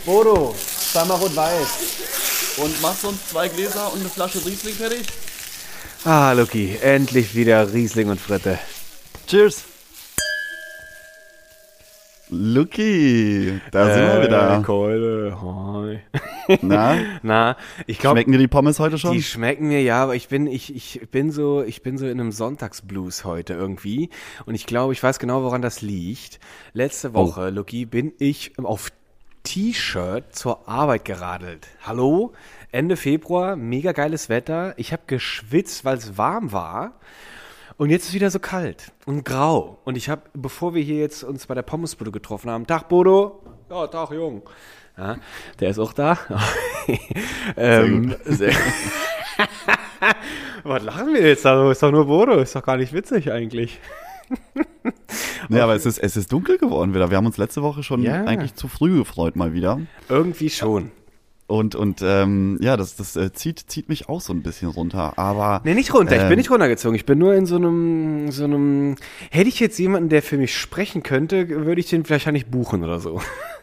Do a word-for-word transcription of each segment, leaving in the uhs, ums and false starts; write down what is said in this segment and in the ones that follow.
Bodo, zweimal rot-weiß. Und machst du uns zwei Gläser und eine Flasche Riesling fertig? Ah, Luki, endlich wieder Riesling und Fritte. Cheers. Luki, da sind wir wieder. Keule, hi. Na? Na, ich glaube, Schmecken dir die Pommes heute schon? die schmecken mir, ja, aber ich bin, ich, ich bin so, ich bin so in einem Sonntagsblues heute irgendwie. Und ich glaube, ich weiß genau, woran das liegt. Letzte Woche, oh. Luki, bin ich auf T-Shirt zur Arbeit geradelt. Hallo? Ende Februar, mega geiles Wetter. Ich habe geschwitzt, weil es warm war. Und jetzt ist es wieder so kalt und grau. Und ich habe, bevor wir hier jetzt uns bei der Pommesbude getroffen haben, Tag Bodo. Ja, Tag Jung. Ja, der ist auch da. ähm, sehr gut. Was lachen wir jetzt? Also, ist doch nur Bodo, ist doch gar nicht witzig eigentlich. Nee, aber es ist, es ist dunkel geworden wieder. Wir haben uns letzte Woche schon Ja. eigentlich zu früh gefreut mal wieder. Irgendwie schon. Und, und ähm, ja, das, das äh, zieht, zieht mich auch so ein bisschen runter. Aber Nee, nicht runter. Ich ähm, bin nicht runtergezogen. Ich bin nur in so einem, so einem, hätte ich jetzt jemanden, der für mich sprechen könnte, würde ich den wahrscheinlich buchen oder so.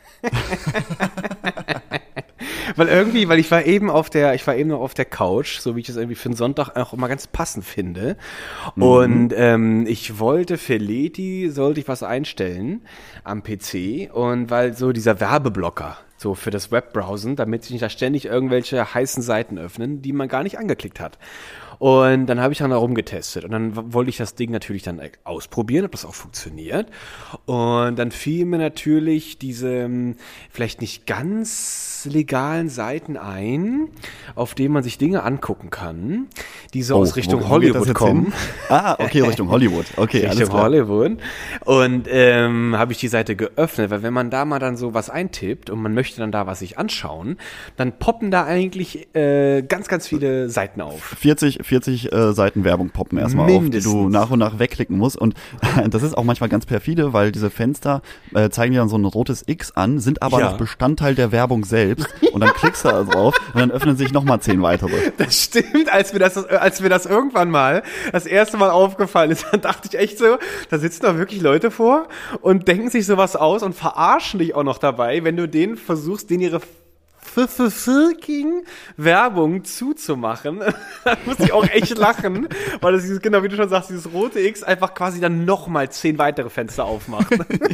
Weil irgendwie, weil ich war eben auf der, ich war eben noch auf der Couch, so wie ich es irgendwie für einen Sonntag auch immer ganz passend finde. Mhm. Und ähm, ich wollte für Leti, sollte ich was einstellen am P C. Und weil so dieser Werbeblocker, so für das Webbrowsen, damit sich nicht da ständig irgendwelche heißen Seiten öffnen, die man gar nicht angeklickt hat. Und dann habe ich dann da rumgetestet und dann w- wollte ich das Ding natürlich dann ausprobieren, ob das auch funktioniert. Und dann fiel mir natürlich diese ähm, vielleicht nicht ganz legalen Seiten ein, auf denen man sich Dinge angucken kann, die so Oh, aus Richtung wo- wo geht das Hollywood jetzt kommen. hin? Ah, okay, Richtung Hollywood. Okay, alles Richtung klar. Hollywood. Und ähm, habe ich die Seite geöffnet, weil wenn man da mal dann so was eintippt und man möchte dann da was sich anschauen, dann poppen da eigentlich äh, ganz, ganz viele Seiten auf. vierzig, vierzig äh, Seiten Werbung poppen erstmal auf, die Mindestens. du nach und nach wegklicken musst. Und das ist auch manchmal ganz perfide, weil diese Fenster äh, zeigen dir dann so ein rotes X an, sind aber Ja. noch Bestandteil der Werbung selbst. Und dann klickst du da drauf und dann öffnen sich nochmal zehn weitere. Das stimmt, als mir das, als mir das irgendwann mal das erste Mal aufgefallen ist, dann dachte ich echt so, da sitzen doch wirklich Leute vor und denken sich sowas aus und verarschen dich auch noch dabei, wenn du denen versuchst, denen ihre fucking Werbung zuzumachen. Da muss ich auch echt lachen, weil das dieses, genau wie du schon sagst, dieses rote X einfach quasi dann nochmal zehn weitere Fenster aufmacht.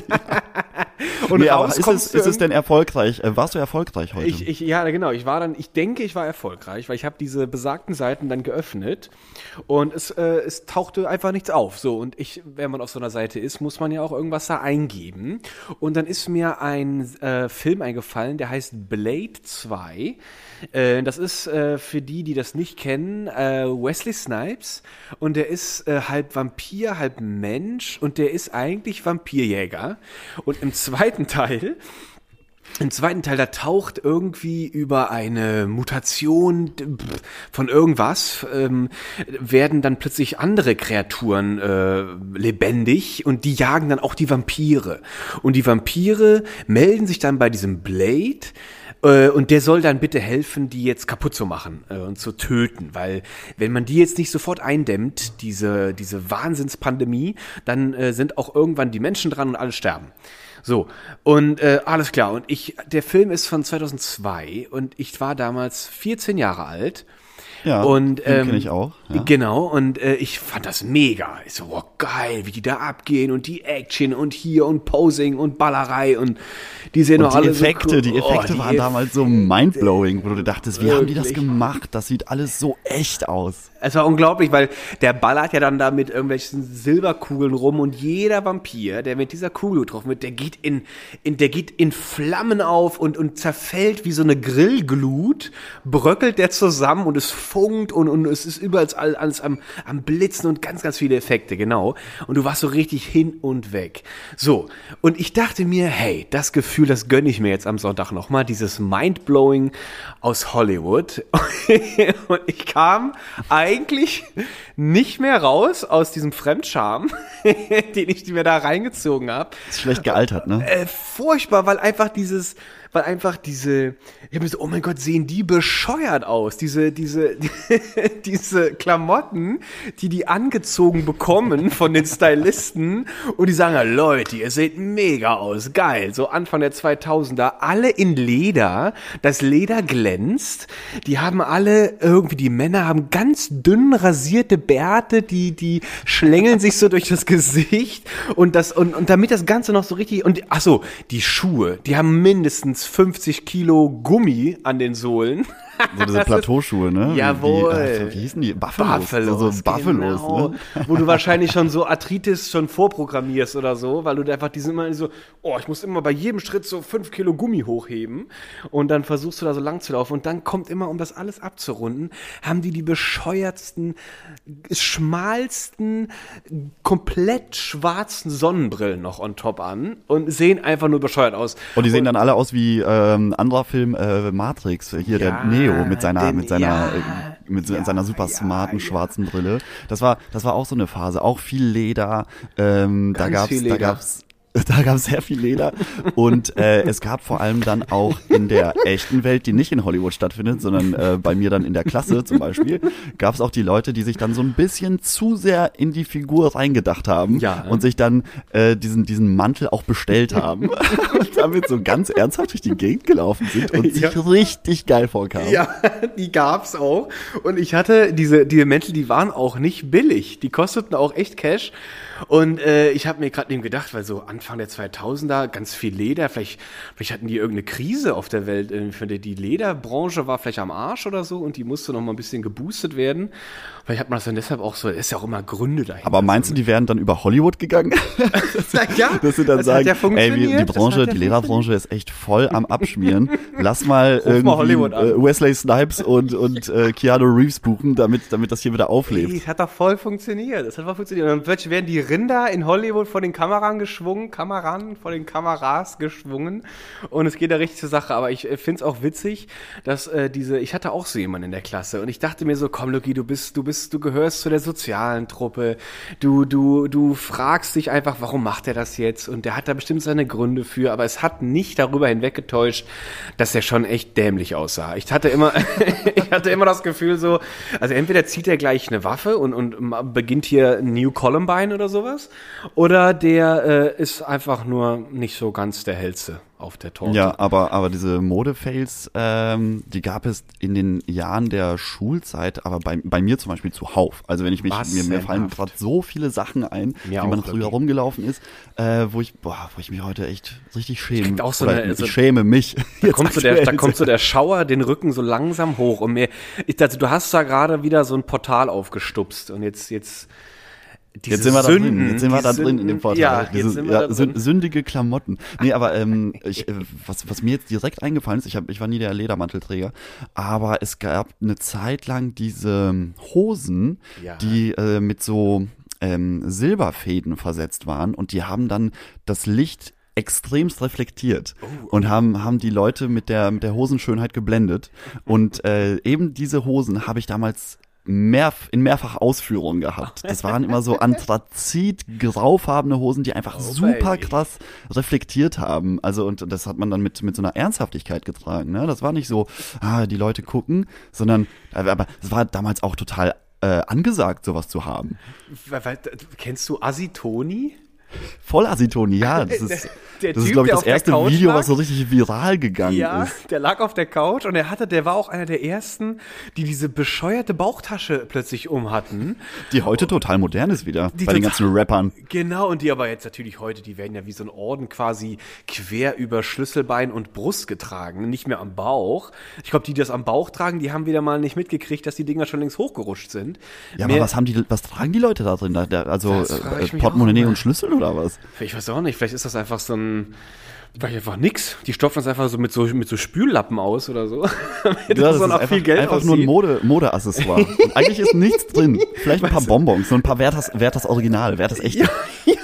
Und Nee, aber raus ist kommst es, du ist es denn erfolgreich? Äh, warst du erfolgreich heute? Ich, ich, ja, genau. Ich war dann, ich denke, ich war erfolgreich, weil ich habe diese besagten Seiten dann geöffnet und es, äh, es tauchte einfach nichts auf. So, und ich, wenn man auf so einer Seite ist, muss man ja auch irgendwas da eingeben. Und dann ist mir ein äh, Film eingefallen, der heißt Blade zwei. Äh, das ist äh, für die, die das nicht kennen, äh, Wesley Snipes. Und der ist äh, halb Vampir, halb Mensch. Und der ist eigentlich Vampirjäger. Und im zweiten Teil Im zweiten Teil, da taucht irgendwie über eine Mutation von irgendwas, ähm, werden dann plötzlich andere Kreaturen äh, lebendig und die jagen dann auch die Vampire. Und die Vampire melden sich dann bei diesem Blade, äh, und der soll dann bitte helfen, die jetzt kaputt zu machen äh, und zu töten, weil wenn man die jetzt nicht sofort eindämmt, diese, diese Wahnsinnspandemie, dann äh, sind auch irgendwann die Menschen dran und alle sterben. So, und äh, alles klar. Und ich, der Film ist von zweitausendzwei und ich war damals vierzehn Jahre alt. Ja, und, den ähm, kenne ich auch. Ja. Genau, und äh, ich fand das mega. Ich so, wow, geil, wie die da abgehen und die Action und hier und Posing und Ballerei und die sehen doch Und die alle Effekte, so cool. die Effekte Oh, die waren damals so mindblowing, wo du dachtest, wie haben die das Wirklich. gemacht? Das sieht alles so echt aus. Es war unglaublich, weil der ballert ja dann da mit irgendwelchen Silberkugeln rum und jeder Vampir, der mit dieser Kugel getroffen wird, der geht in, in, der geht in Flammen auf und, und zerfällt wie so eine Grillglut, bröckelt der zusammen und es funkt und, und es ist überall alles am, am Blitzen und ganz, ganz viele Effekte, genau. Und du warst so richtig hin und weg. So, und ich dachte mir, hey, das Gefühl, das gönne ich mir jetzt am Sonntag nochmal, dieses Mindblowing aus Hollywood. Und ich kam eigentlich nicht mehr raus aus diesem Fremdscham, den ich mir da reingezogen habe. Ist schlecht gealtert, ne? Äh, furchtbar, weil einfach dieses, weil einfach diese, ich hab mir so, oh mein Gott, sehen die bescheuert aus. Diese, diese, diese Klamotten, die die angezogen bekommen von den Stylisten und die sagen, Leute, ihr seht mega aus, geil. So Anfang der zweitausender, alle in Leder, das Leder glänzt, die haben alle irgendwie, die Männer haben ganz dünn rasierte Bärte, die, die schlängeln sich so durch das Gesicht und das, und, und damit das Ganze noch so richtig, und, ach so, die Schuhe, die haben mindestens fünfzig Kilo Gummi an den Sohlen. So diese Plateauschuhe, ne? Jawohl. Die, äh, wie hießen die? Buffalos. Buffalos, so, so Buffalos, genau. ne? Wo du wahrscheinlich schon so Arthritis schon vorprogrammierst oder so, weil du einfach, die sind immer so, oh, ich muss immer bei jedem Schritt so fünf Kilo Gummi hochheben und dann versuchst du da so lang zu laufen und dann kommt immer, um das alles abzurunden, haben die die bescheuertsten, schmalsten, komplett schwarzen Sonnenbrillen noch on top an und sehen einfach nur bescheuert aus. Und die sehen und, dann alle aus wie ähm, anderer Film äh, Matrix, hier ja, der Neo mit seiner den, mit seiner ja, äh, mit ja, seiner super smarten ja, schwarzen ja. Brille. Das war das war auch so eine Phase, auch viel Leder. Ähm, da gab's viel Leder. da gab's Da gab es sehr viel Leder und äh, es gab vor allem dann auch in der echten Welt, die nicht in Hollywood stattfindet, sondern äh, bei mir dann in der Klasse zum Beispiel, gab es auch die Leute, die sich dann so ein bisschen zu sehr in die Figur reingedacht haben ja, und sich dann äh, diesen diesen Mantel auch bestellt haben und damit so ganz ernsthaft durch die Gegend gelaufen sind und sich ja. richtig geil vorkamen. Ja, die gab's auch und ich hatte diese diese Mäntel, die waren auch nicht billig, die kosteten auch echt Cash. Und äh, ich habe mir gerade eben gedacht, weil so Anfang der zweitausender ganz viel Leder, vielleicht vielleicht hatten die irgendeine Krise auf der Welt, irgendwie die Lederbranche war vielleicht am Arsch oder so und die musste noch mal ein bisschen geboostet werden. Vielleicht hat man das dann deshalb auch so, ist ja auch immer Gründe dahinter. Aber meinst du, die wären dann über Hollywood gegangen? Ja, dass sie dann das sagen, ja ey, die Branche, die Lederbranche ist echt voll am Abschmieren. Lass mal irgendwie äh, Wesley Snipes und und äh, Keanu Reeves buchen, damit damit das hier wieder auflebt. Ey, das hat doch voll funktioniert. Das hat voll funktioniert. Und dann plötzlich werden die Rinder in Hollywood vor den Kameran geschwungen, Kameran vor den Kameras geschwungen und es geht da richtig zur Sache. Aber ich äh, finde es auch witzig, dass äh, diese, ich hatte auch so jemanden in der Klasse und ich dachte mir so, komm Luki, du bist, du bist, du gehörst zu der sozialen Truppe. Du, du, du fragst dich einfach, warum macht er das jetzt? Und der hat da bestimmt seine Gründe für, aber es hat nicht darüber hinweggetäuscht, dass er schon echt dämlich aussah. Ich hatte immer, ich hatte immer das Gefühl so, also entweder zieht er gleich eine Waffe und, und beginnt hier New Columbine oder sowas. Oder der äh, ist einfach nur nicht so ganz der hellste auf der Torte. Ja, aber aber diese Mode-Fails, ähm, die gab es in den Jahren der Schulzeit, aber bei bei mir zum Beispiel zuhauf. Also wenn ich mich, mir, mir fallen gerade so viele Sachen ein, mir wie man auch, früher rumgelaufen ist, äh, wo ich, boah, wo ich mich heute echt richtig schäme. Auch so Oder eine, ich so, schäme mich. Da kommt, so der, da kommt so der Schauer den Rücken so langsam hoch und mir, ich, also du hast da gerade wieder so ein Portal aufgestupst und jetzt jetzt Diese jetzt sind wir Sünden, da drin, jetzt sind wir da Sünden, drin in dem Vorteil. Ja, Diese, jetzt sind wir ja, da drin. Sündige Klamotten. Nee, aber ähm, ich, äh, was, was mir jetzt direkt eingefallen ist, ich, hab, ich war nie der Ledermantelträger, aber es gab eine Zeit lang diese Hosen, ja. die äh, mit so ähm, Silberfäden versetzt waren und die haben dann das Licht extremst reflektiert oh, und haben haben die Leute mit der mit der Hosenschönheit geblendet und äh, eben diese Hosen habe ich damals mehr, in mehrfach Ausführungen gehabt. Das waren immer so anthrazit-graufarbene Hosen, die einfach oh, super baby. krass reflektiert haben. Also und das hat man dann mit mit so einer Ernsthaftigkeit getragen. Ne? Das war nicht so, ah, die Leute gucken, sondern aber es war damals auch total äh, angesagt, sowas zu haben. Kennst du Asitoni? Voll Asitoni, ja. Das ist, der, der das typ, ist glaube ich, das erste Video, lag, was so richtig viral gegangen ja, ist. Ja, der lag auf der Couch und er hatte, der war auch einer der ersten, die diese bescheuerte Bauchtasche plötzlich um hatten. Die heute total modern ist wieder, die bei den ganzen Rappern. Genau, und die aber jetzt natürlich heute, die werden ja wie so ein Orden quasi quer über Schlüsselbein und Brust getragen, nicht mehr am Bauch. Ich glaube, die, die das am Bauch tragen, die haben wieder mal nicht mitgekriegt, dass die Dinger schon längst hochgerutscht sind. Ja, Mehr, aber was haben die, was tragen die Leute da drin? Also äh, Portemonnaie und Schlüssel oder was? Ich weiß auch nicht, vielleicht ist das einfach so ein, vielleicht einfach nix. Die stopfen das einfach so mit so, mit so Spüllappen aus oder so. Ja, das, das ist einfach, viel Geld einfach aussieht. Nur ein Mode, Modeaccessoire. Und eigentlich ist nichts drin. Vielleicht ein paar Bonbons, so ein paar Werthers, Werthers Original, Werthers echt. Ja, ja.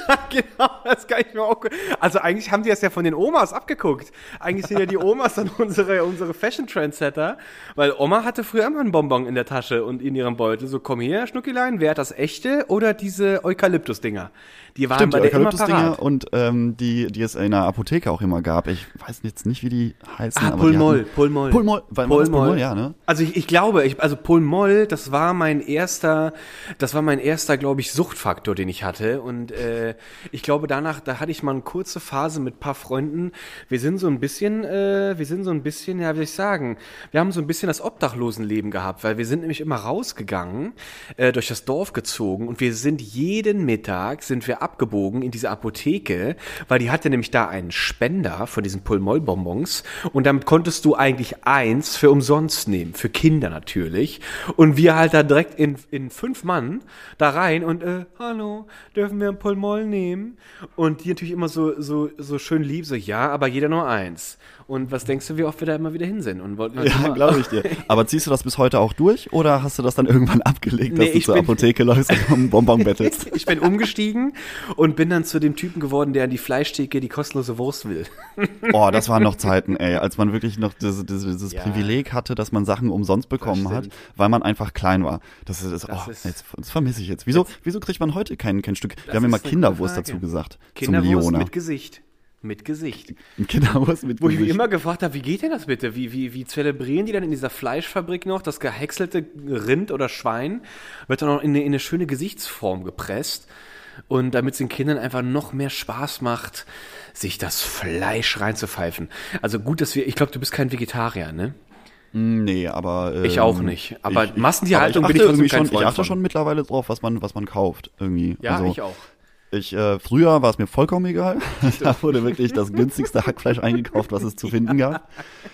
Genau, das kann ich mir auch. Also eigentlich haben die das ja von den Omas abgeguckt. Eigentlich sind ja die Omas dann unsere, unsere Fashion-Trendsetter. Weil Oma hatte früher immer einen Bonbon in der Tasche und in ihrem Beutel. So, komm her, Schnuckilein, wer hat das echte oder diese Eukalyptus-Dinger? Die waren Stimmt, bei die der immer Eukalyptus-Dinger parat. und ähm, die, die es in der Apotheke auch immer gab. Ich weiß jetzt nicht, wie die heißen. Ah, aber Pulmol, die hatten, Pulmol. Pulmol, war war das Pulmol, ja, ne? Also ich, ich glaube, ich, also Pulmol, das war mein erster, das war mein erster, glaube ich, Suchtfaktor, den ich hatte. Und äh, ich glaube, danach, da hatte ich mal eine kurze Phase mit ein paar Freunden. Wir sind so ein bisschen, äh, wir sind so ein bisschen, ja, wie soll ich sagen, wir haben so ein bisschen das Obdachlosenleben gehabt, weil wir sind nämlich immer rausgegangen, äh, durch das Dorf gezogen und wir sind jeden Mittag, sind wir abgebogen in diese Apotheke, weil die hatte nämlich da einen Spender von diesen Pulmol-Bonbons und damit konntest du eigentlich eins für umsonst nehmen, für Kinder natürlich. Und wir halt da direkt in, in fünf Mann da rein und, äh, hallo, dürfen wir ein Pulmol nehmen? Und die natürlich immer so, so, so schön lieb, so, ja, aber jeder nur eins. Und was denkst du, wie oft wir da immer wieder hin sind? Und wollten Ja, glaube ich dir. Aber ziehst du das bis heute auch durch oder hast du das dann irgendwann abgelegt, dass Nee, du ich zur bin- Apotheke läufst und um Bonbon bettelst? Ich bin umgestiegen und bin dann zu dem Typen geworden, der an die Fleischtheke die kostenlose Wurst will. Oh, das waren noch Zeiten, ey, als man wirklich noch dieses, dieses, dieses Ja. Privileg hatte, dass man Sachen umsonst bekommen hat, stimmt. weil man einfach klein war. Das ist, das, Das oh, ist- jetzt, das vermisse ich jetzt. Wieso, wieso kriegt man heute kein, kein Stück? Wir Das haben immer ist eine Kinderwurst gute Frage. dazu gesagt. Kinderwurst zum Leona. mit Gesicht. Mit Gesicht. Kinderwurst mit Wo ich mich Gesicht. immer gefragt habe, wie geht denn das bitte? Wie, wie, wie zelebrieren die dann in dieser Fleischfabrik noch? Das gehäckselte Rind oder Schwein wird dann noch in eine, in eine schöne Gesichtsform gepresst. Und damit es den Kindern einfach noch mehr Spaß macht, sich das Fleisch reinzupfeifen. Also gut, dass wir, ich glaube, du bist kein Vegetarier, ne? Nee, aber ähm, Ich auch nicht. Aber ich, Massentierhaltung aber bin ich achte trotzdem irgendwie kein schon, Freund Ich achte von. schon mittlerweile drauf, was man, was man kauft. Irgendwie. Ja, also, ich auch. Ich, äh, früher war es mir vollkommen egal. Da wurde wirklich das günstigste Hackfleisch eingekauft, was es zu finden gab.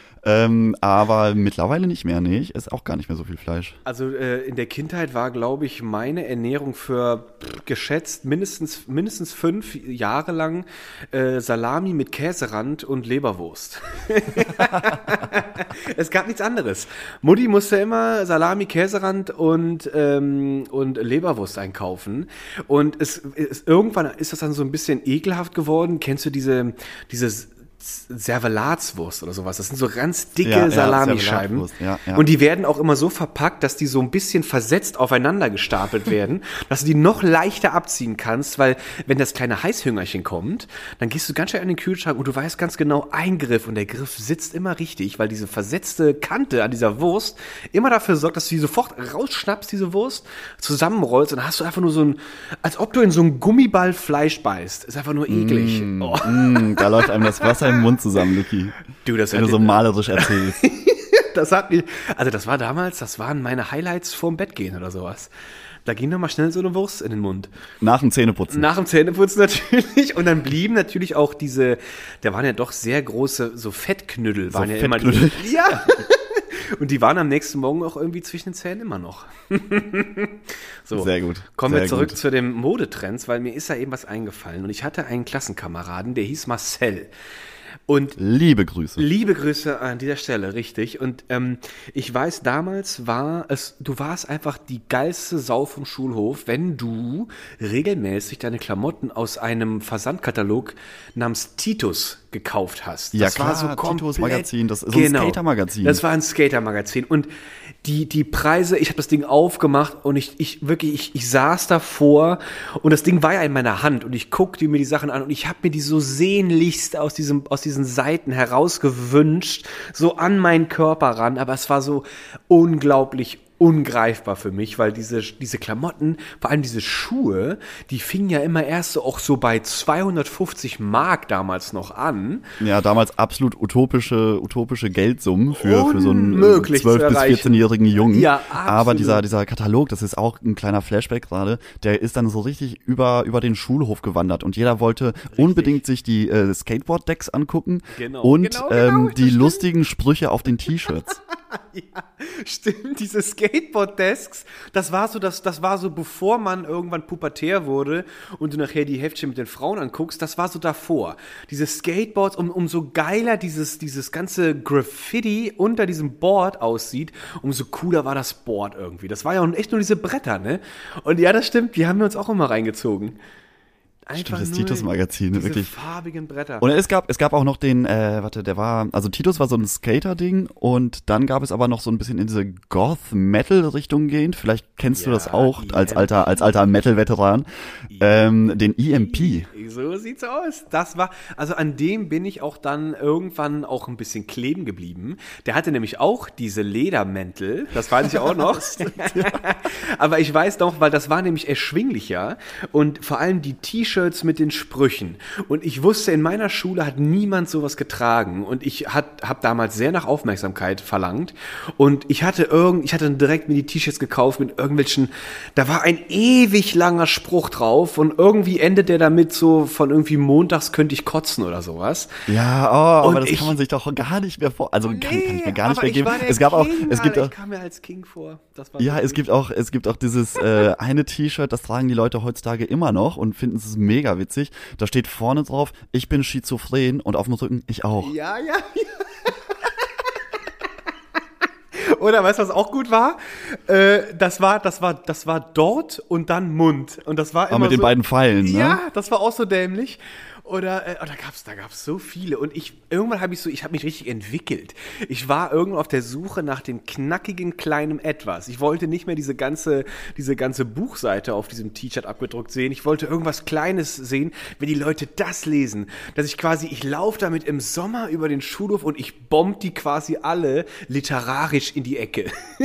Ähm, aber mittlerweile nicht mehr. Nee, ich esse auch gar nicht mehr so viel Fleisch. Also äh, in der Kindheit war, glaube ich, meine Ernährung für pff, geschätzt mindestens, mindestens fünf Jahre lang äh, Salami mit Käserand und Leberwurst. Es gab nichts anderes. Mutti musste immer Salami, Käserand und, ähm, und Leberwurst einkaufen. Und es, es irgendwann ist das dann so ein bisschen ekelhaft geworden. Kennst du diese, diese Servelatswurst oder sowas? Das sind so ganz dicke Ja, ja, Salamischeiben. Servelatwurst, ja, ja. Und die werden auch immer so verpackt, dass die so ein bisschen versetzt aufeinander gestapelt werden, dass du die noch leichter abziehen kannst, weil wenn das kleine Heißhüngerchen kommt, dann gehst du ganz schnell an den Kühlschrank und du weißt ganz genau, ein Griff und der Griff sitzt immer richtig, weil diese versetzte Kante an dieser Wurst immer dafür sorgt, dass du die sofort rausschnappst, diese Wurst, zusammenrollst und dann hast du einfach nur so ein, als ob du in so einen Gummiball Fleisch beißt. Ist einfach nur eklig. Oh. Mm, da läuft einem das Wasser im Mund zusammen, Luki. Du, das Wenn du hat- so malerisch erzählst. Das hat mich, also das war damals, das waren meine Highlights vorm Bett gehen oder sowas. Da ging noch mal schnell so eine Wurst in den Mund. Nach dem Zähneputzen. Nach dem Zähneputzen natürlich. Und dann blieben natürlich auch diese, da waren ja doch sehr große, so Fettknüttel. Waren ja immer Fettknüttel? die, ja. Und die waren am nächsten Morgen auch irgendwie zwischen den Zähnen immer noch. So, Sehr gut, kommen wir sehr zurück gut. zu den Modetrends, weil mir ist da eben was eingefallen. Und ich hatte einen Klassenkameraden, der hieß Marcel. Und Liebe Grüße. liebe Grüße an dieser Stelle, richtig. Und ähm, ich weiß, damals war es, du warst einfach die geilste Sau vom Schulhof, wenn du regelmäßig deine Klamotten aus einem Versandkatalog namens Titus gekauft hast. Ja, Das war klar, so komplett, Titus Magazin, das ist so ein Skater-Magazin. Das war ein Skater-Magazin. Und die, die Preise, ich habe das Ding aufgemacht und ich, ich wirklich, ich, ich saß davor und das Ding war ja in meiner Hand und ich guckte mir die Sachen an und ich habe mir die so sehnlichst aus diesem, aus diesen Seiten herausgewünscht, so an meinen Körper ran, aber es war so unglaublich ungreifbar für mich, weil diese, diese Klamotten, vor allem diese Schuhe, die fingen ja immer erst so auch so bei zweihundertfünfzig Mark damals noch an. Ja, damals absolut utopische, utopische Geldsummen für, für so einen Unmöglich zu zwölf- bis erreichen. vierzehnjährigen Jungen. Ja, Aber absolut. dieser, dieser Katalog, das ist auch ein kleiner Flashback gerade, der ist dann so richtig über, über den Schulhof gewandert und jeder wollte unbedingt sich die äh, Skateboard-Decks angucken Genau, und genau, genau, ähm, das die stimmt. lustigen Sprüche auf den T-Shirts. Ja, stimmt, diese Skateboard-Desks, das war so, das, das war so, bevor man irgendwann pubertär wurde und du nachher die Heftchen mit den Frauen anguckst, das war so davor. Diese Skateboards, um, umso geiler dieses, dieses ganze Graffiti unter diesem Board aussieht, umso cooler war das Board irgendwie. Das war ja echt nur diese Bretter, ne? Und ja, das stimmt, die haben wir uns auch immer reingezogen. Einfach das nur Titus-Magazin, diese wirklich. farbigen Bretter. Und es gab, es gab auch noch den, äh, warte, der war, also Titus war so ein Skater-Ding und dann gab es aber noch so ein bisschen in diese Goth-Metal-Richtung gehend. Vielleicht kennst du Ja, das auch als E M P. alter, als alter Metal-Veteran. Ähm, den E M P. So sieht's aus. Das war, also an dem bin ich auch dann irgendwann auch ein bisschen kleben geblieben. Der hatte nämlich auch diese Ledermäntel, das weiß ich auch noch. Aber ich weiß noch, weil das war nämlich erschwinglicher und vor allem die T-Shirts mit den Sprüchen. Und ich wusste, in meiner Schule hat niemand sowas getragen und ich hat, hab damals sehr nach Aufmerksamkeit verlangt und ich hatte irgend, ich hatte dann direkt mir die T-Shirts gekauft mit irgendwelchen, da war ein ewig langer Spruch drauf und irgendwie endet der damit so von irgendwie montags könnte ich kotzen oder sowas. Ja, oh, Und aber das ich- kann man sich doch gar nicht mehr vor, also kann, kann ich mir gar nicht aber mehr ich geben. war der Es gab auch, King, es gibt Alter. auch, Ich kam mir als King vor. Das war ja, so es gibt auch, es gibt auch dieses äh, eine T-Shirt, das tragen die Leute heutzutage immer noch und finden es mega witzig. Da steht vorne drauf, ich bin schizophren und auf dem Rücken, ich auch. Ja, ja, ja. Oder weißt du, was auch gut war? Äh, das war, das war, das war dort und dann Mund. Und das war immer Aber mit den so, beiden Pfeilen, ne? Ja, das war auch so dämlich. Oder äh, oh, da gab's, da gab's so viele. Und ich irgendwann habe ich so, ich habe mich richtig entwickelt. Ich war irgendwann auf der Suche nach dem knackigen kleinen Etwas. Ich wollte nicht mehr diese ganze, diese ganze Buchseite auf diesem T-Shirt abgedruckt sehen. Ich wollte irgendwas Kleines sehen, wenn die Leute das lesen, dass ich quasi, ich laufe damit im Sommer über den Schulhof und ich bomb die quasi alle literarisch in die Ecke.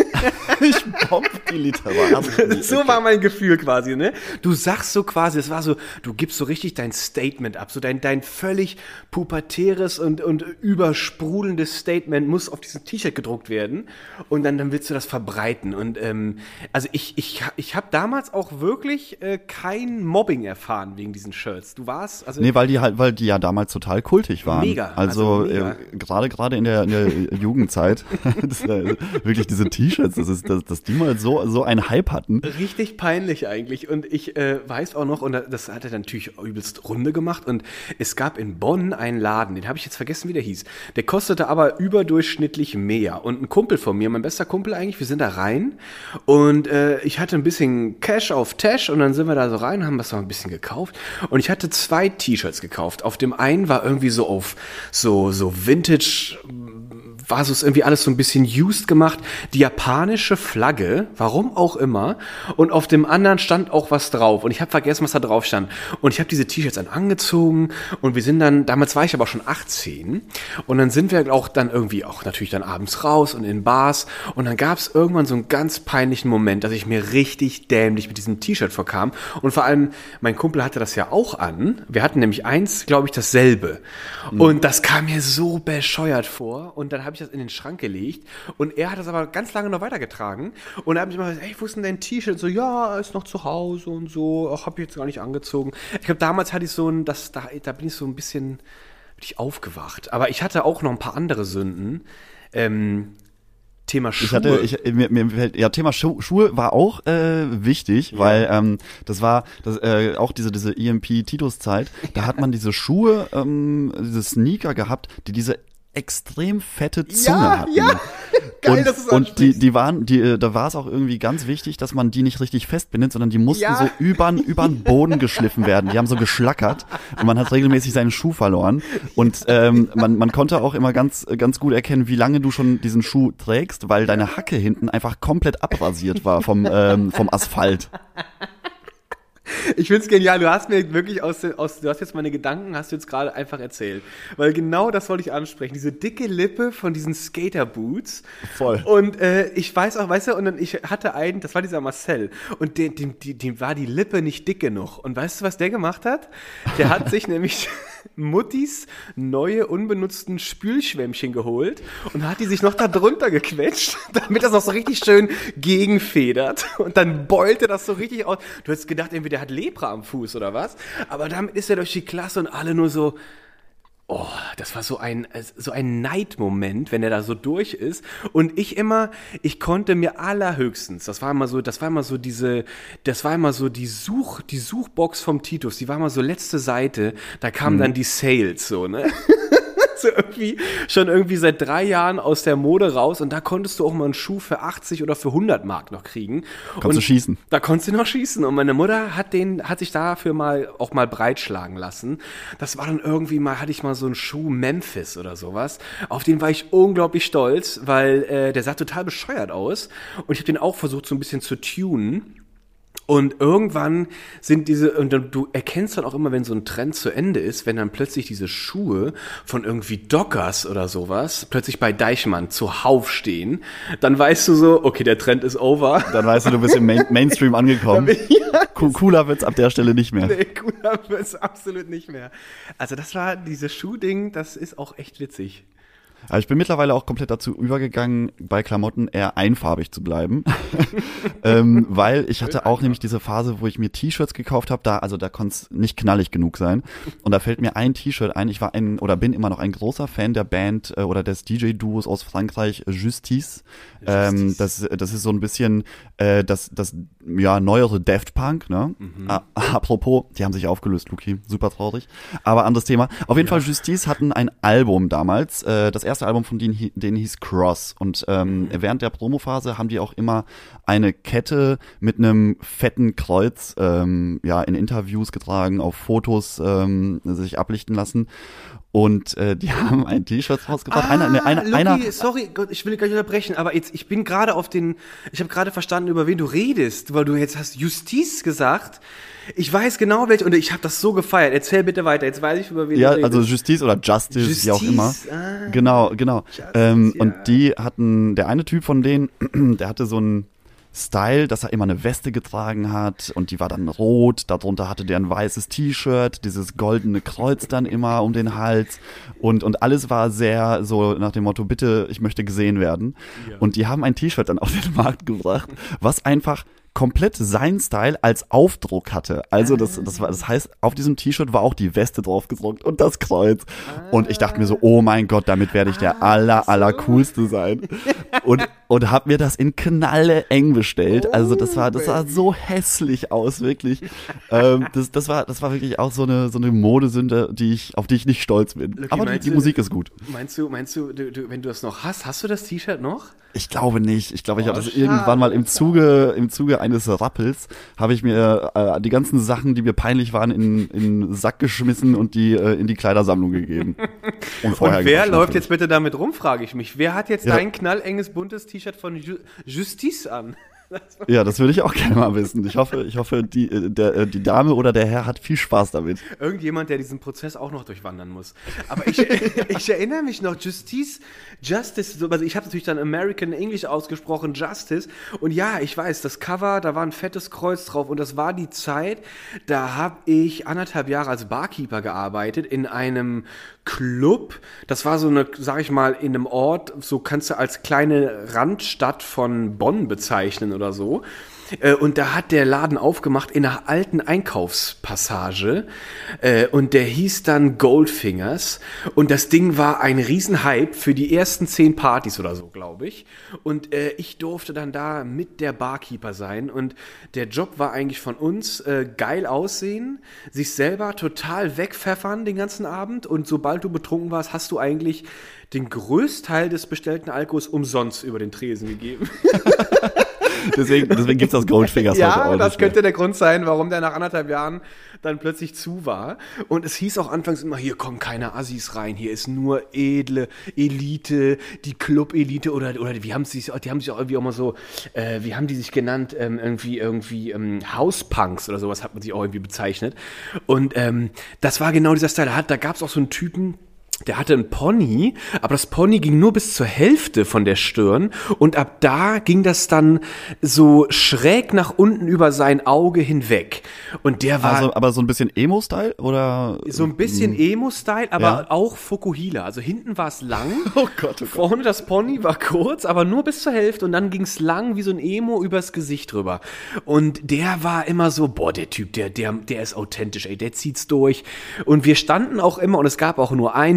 Ich bomb die Literatur. So war mein Gefühl quasi, ne? Du sagst so quasi, es war so, du gibst so richtig dein Statement ab, so dein, dein völlig pubertäres und, und übersprudelndes Statement muss auf diesem T-Shirt gedruckt werden und dann, dann willst du das verbreiten und ähm, also ich, ich, ich habe damals auch wirklich äh, kein Mobbing erfahren wegen diesen Shirts. Du warst, also Nee, weil die halt, weil die ja damals total kultig waren. Mega, Also, also mega. äh, gerade gerade in der, in der Jugendzeit, das, äh, wirklich diese T-Shirts, das ist, dass, dass die mal so so einen Hype hatten. richtig peinlich eigentlich. Und ich äh, weiß auch noch, und das hat er dann natürlich übelst Runde gemacht. Und es gab in Bonn einen Laden, den habe ich jetzt vergessen, wie der hieß. Der kostete aber überdurchschnittlich mehr. Und ein Kumpel von mir, mein bester Kumpel eigentlich, wir sind da rein. Und äh, ich hatte ein bisschen Cash auf Tash. Und dann sind wir da so rein, haben das noch ein bisschen gekauft. Und ich hatte zwei T-Shirts gekauft. Auf dem einen war irgendwie so auf so, so Vintage, war so irgendwie alles so ein bisschen used gemacht. Die japanische Flagge, warum auch immer. Und auf dem anderen stand auch was drauf. Und ich habe vergessen, was da drauf stand. Und ich habe diese T-Shirts dann angezogen. Und wir sind dann, damals war ich aber schon achtzehn. Und dann sind wir auch dann irgendwie auch natürlich dann abends raus und in Bars. Und dann gab es irgendwann so einen ganz peinlichen Moment, dass ich mir richtig dämlich mit diesem T-Shirt vorkam. Und vor allem, mein Kumpel hatte das ja auch an. Wir hatten nämlich eins, glaube ich, dasselbe. Mhm. Und das kam mir so bescheuert vor. Und dann habe ich das in den Schrank gelegt. Und er hat das aber ganz lange noch weitergetragen. Und da habe ich immer gesagt, ey, wo ist denn dein T-Shirt? So, ja, ist noch zu Hause und so. Ach, hab ich jetzt gar nicht angezogen. Ich glaube, damals hatte ich so ein, das, da, da bin ich so ein bisschen, bin ich aufgewacht. Aber ich hatte auch noch ein paar andere Sünden. Ähm, Thema Schuhe. Ich hatte, ich, mir, mir fällt, ja, Thema Schu Schuhe war auch äh, wichtig, ja. weil ähm, das war das, äh, auch diese diese E M P-Titus-Zeit. Da hat man diese Schuhe, ähm, diese Sneaker gehabt, die diese extrem fette Zunge ja, hatten. Ja, geil, und, dass du es und die, die waren, die, da war es auch irgendwie ganz wichtig, dass man die nicht richtig festbindet, sondern die mussten ja. so übern, übern Boden geschliffen werden. Die haben so geschlackert und man hat regelmäßig seinen Schuh verloren. Und ähm, man, man konnte auch immer ganz, ganz gut erkennen, wie lange du schon diesen Schuh trägst, weil deine Hacke hinten einfach komplett abrasiert war vom, ähm, vom Asphalt. Ich find's genial. Du hast mir wirklich aus, aus, du hast jetzt meine Gedanken, hast du jetzt gerade einfach erzählt. Weil genau das wollte ich ansprechen. Diese dicke Lippe von diesen Skater-Boots. Voll. Und äh, ich weiß auch, weißt du, und dann ich hatte einen, das war dieser Marcel. Und dem, dem, dem, dem war die Lippe nicht dick genug. Und weißt du, was der gemacht hat? Der hat sich nämlich Muttis neue, unbenutzten Spülschwämmchen geholt und hat die sich noch da drunter gequetscht, damit das noch so richtig schön gegenfedert. Und dann beulte das so richtig aus. Du hättest gedacht, entweder der hat Lepra am Fuß oder was. Aber damit ist er durch die Klasse und alle nur so, oh, das war so ein, so ein Neidmoment, wenn er da so durch ist. Und ich immer, ich konnte mir allerhöchstens, das war immer so, das war immer so diese, das war immer so die Such, die Suchbox vom Titus, die war immer so letzte Seite, da kamen mhm. dann die Sales, so, ne? so irgendwie schon irgendwie seit drei Jahren aus der Mode raus und da konntest du auch mal einen Schuh für achtzig oder für hundert Mark noch kriegen. Konntest und du schießen. Da konntest du noch schießen und meine Mutter hat den, hat sich dafür mal auch mal breitschlagen lassen. Das war dann irgendwie mal, hatte ich mal so einen Schuh Memphis oder sowas. Auf den war ich unglaublich stolz, weil äh, der sah total bescheuert aus und ich habe den auch versucht so ein bisschen zu tunen. Und irgendwann sind diese, und du erkennst dann auch immer, wenn so ein Trend zu Ende ist, wenn dann plötzlich diese Schuhe von irgendwie Dockers oder sowas plötzlich bei Deichmann zuhauf stehen, dann weißt du so, okay, der Trend ist over. Dann weißt du, du bist im Main- Mainstream angekommen. Ja, Co- cooler wird's ab der Stelle nicht mehr. Nee, cooler wird's absolut nicht mehr. Also das war, dieses Schuhding, das ist auch echt witzig. Aber ich bin mittlerweile auch komplett dazu übergegangen, bei Klamotten eher einfarbig zu bleiben, ähm, weil ich hatte auch nämlich diese Phase, wo ich mir T-Shirts gekauft habe, da also da konnte es nicht knallig genug sein. Und da fällt mir ein T-Shirt ein. Ich war ein oder bin immer noch ein großer Fan der Band äh, oder des D J-Duos aus Frankreich, Justice. Ähm, das das ist so ein bisschen äh, das das ja neuere Daft Punk. Ne? Mhm. Ah, apropos, die haben sich aufgelöst, Luki, super traurig. Aber anderes Thema. Auf jeden ja. Fall Justice hatten ein Album damals. Äh, das erste Album von denen, denen hieß Cross und ähm, mhm. während der Promophase haben die auch immer eine Kette mit einem fetten Kreuz ähm, ja in Interviews getragen, auf Fotos ähm, sich ablichten lassen und äh, die haben ein T-Shirt rausgebracht. Ah, einer, einer, Luki, einer, sorry, Gott, ich will gar nicht unterbrechen, aber jetzt ich bin gerade auf den, ich habe gerade verstanden, über wen du redest, weil du jetzt hast Justice gesagt. Ich weiß genau welche, und ich habe das so gefeiert. Erzähl bitte weiter, jetzt weiß ich, über wen ja, du redest. Ja, also Justice oder Justice, Justice, wie auch immer. Ah, genau, genau. Justice, ähm, ja. Und die hatten, der eine Typ von denen, der hatte so einen Style, dass er immer eine Weste getragen hat und die war dann rot, darunter hatte der ein weißes T-Shirt, dieses goldene Kreuz dann immer um den Hals und und alles war sehr so nach dem Motto, bitte, ich möchte gesehen werden. Ja. Und die haben ein T-Shirt dann auf den Markt gebracht, was einfach komplett sein Style als Aufdruck hatte. Also das, das war, das heißt, auf diesem T-Shirt war auch die Weste drauf gedruckt und das Kreuz. Und ich dachte mir so, oh mein Gott, damit werde ich der aller, aller coolste sein. Und, und hab mir das in Knalle eng bestellt. Also das war, das sah so hässlich aus, wirklich. Ähm, das, das war, das war wirklich auch so eine, so eine Modesünde, die ich, auf die ich nicht stolz bin. Luki, aber die, die Musik ist gut. Meinst du, meinst du, du, du, wenn du das noch hast, hast du das T-Shirt noch? Ich glaube nicht. Ich glaube, ich oh, habe das schade, irgendwann mal im Zuge, im Zuge eines Rappels habe ich mir äh, die ganzen Sachen, die mir peinlich waren, in, in den Sack geschmissen und die äh, in die Kleidersammlung gegeben. Und, und wer läuft jetzt bitte damit rum, frage ich mich. Wer hat jetzt ja. dein knallenges, buntes T-Shirt von Ju- Justice an? Ja, das würde ich auch gerne mal wissen. Ich hoffe, ich hoffe, die, der, die Dame oder der Herr hat viel Spaß damit. Irgendjemand, der diesen Prozess auch noch durchwandern muss. Aber ich, ich erinnere mich noch, Justice, Justice, also ich habe natürlich dann American English ausgesprochen, Justice. Und ja, ich weiß, das Cover, da war ein fettes Kreuz drauf und das war die Zeit, da habe ich anderthalb Jahre als Barkeeper gearbeitet in einem Club. Das war so eine, sag ich mal, in einem Ort, so kannst du als kleine Randstadt von Bonn bezeichnen oder so. Und da hat der Laden aufgemacht in einer alten Einkaufspassage und der hieß dann Goldfingers und das Ding war ein Riesenhype für die ersten zehn Partys oder so, glaube ich. Und ich durfte dann da mit der Barkeeper sein und der Job war eigentlich von uns geil aussehen, sich selber total wegpfeffern den ganzen Abend und sobald du betrunken warst, hast du eigentlich den Größteil des bestellten Alkohols umsonst über den Tresen gegeben. Deswegen, deswegen gibt's das Goldfingers ja, heute auch nicht. Ja, das könnte der Grund sein, warum der nach anderthalb Jahren dann plötzlich zu war. Und es hieß auch anfangs immer, hier kommen keine Assis rein, hier ist nur edle Elite, die Club-Elite oder, oder wie haben sie sich, die haben sich auch irgendwie auch mal so, äh, wie haben die sich genannt, ähm, irgendwie, irgendwie ähm, House-Punks oder sowas hat man sich auch irgendwie bezeichnet. Und ähm, das war genau dieser Style. Da, hat, da gab's auch so einen Typen, der hatte ein Pony, aber das Pony ging nur bis zur Hälfte von der Stirn und ab da ging das dann so schräg nach unten über sein Auge hinweg. Und der war also, aber so ein bisschen Emo-Style oder so ein bisschen Emo-Style, aber ja. auch Fukuhila. Also hinten war es lang, oh Gott, oh Gott. Vorne das Pony war kurz, aber nur bis zur Hälfte und dann ging es lang wie so ein Emo übers Gesicht rüber. Und der war immer so, boah, der Typ, der der der ist authentisch, ey, der zieht's durch. Und wir standen auch immer und es gab auch nur einen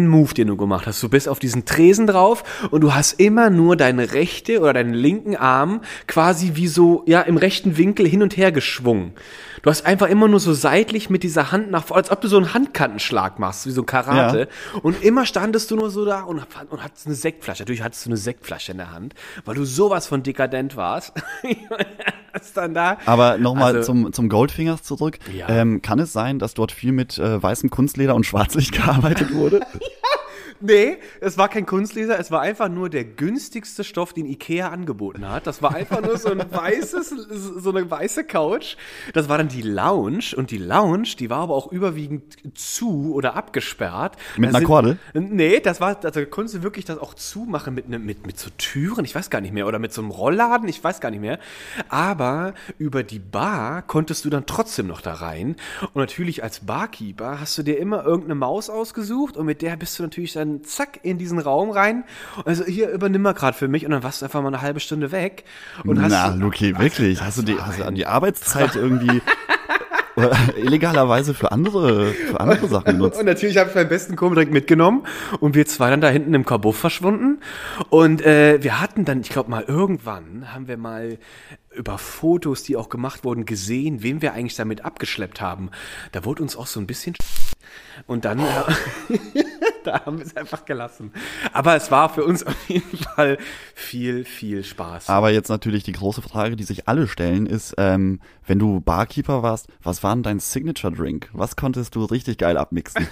Move, den du gemacht hast. Du bist auf diesen Tresen drauf und du hast immer nur deine rechte oder deinen linken Arm quasi wie so, ja, im rechten Winkel hin und her geschwungen. Du hast einfach immer nur so seitlich mit dieser Hand nach vorne, als ob du so einen Handkantenschlag machst, wie so ein Karate. Ja. Und immer standest du nur so da und, und hattest eine Sektflasche. Natürlich hattest du eine Sektflasche in der Hand, weil du sowas von dekadent warst. Hast dann da. Aber nochmal also, zum, zum Goldfingers zurück. Ja. Ähm, kann es sein, dass dort viel mit äh, weißem Kunstleder und Schwarzlicht gearbeitet wurde? Nee, es war kein Kunstleder, es war einfach nur der günstigste Stoff, den Ikea angeboten hat. Das war einfach nur so ein weißes, so eine weiße Couch. Das war dann die Lounge und die Lounge, die war aber auch überwiegend zu oder abgesperrt. Mit einer Kordel? Nee, das war, also konntest du wirklich das auch zumachen mit, ne, mit, mit so Türen, ich weiß gar nicht mehr, oder mit so einem Rollladen, ich weiß gar nicht mehr. Aber über die Bar konntest du dann trotzdem noch da rein. Und natürlich als Barkeeper hast du dir immer irgendeine Maus ausgesucht und mit der bist du natürlich dann zack in diesen Raum rein. Also hier übernimm mal gerade für mich und dann warst du einfach mal eine halbe Stunde weg. Und hast Na, du, Luki, wirklich? Hast du, die, hast du an die Arbeitszeit irgendwie oder illegalerweise für andere, für andere Sachen genutzt? Und natürlich habe ich meinen besten Kumpel direkt mitgenommen und wir zwei dann da hinten im Kabuff verschwunden. Und äh, wir hatten dann, ich glaube mal irgendwann, haben wir mal über Fotos, die auch gemacht wurden, gesehen, wen wir eigentlich damit abgeschleppt haben. Da wurde uns auch so ein bisschen und dann oh. Da haben wir es einfach gelassen. Aber es war für uns auf jeden Fall viel, viel Spaß. Aber jetzt natürlich die große Frage, die sich alle stellen, ist, ähm, wenn du Barkeeper warst, was war denn dein Signature-Drink? Was konntest du richtig geil abmixen?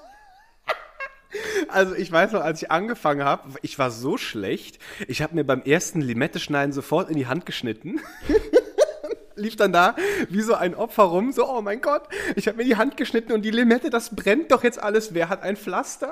Also ich weiß noch, als ich angefangen habe, ich war so schlecht, ich habe mir beim ersten Limette-Schneiden sofort in die Hand geschnitten. Lief dann da wie so ein Opfer rum, so, oh mein Gott, ich habe mir die Hand geschnitten und die Limette, das brennt doch jetzt alles, wer hat ein Pflaster?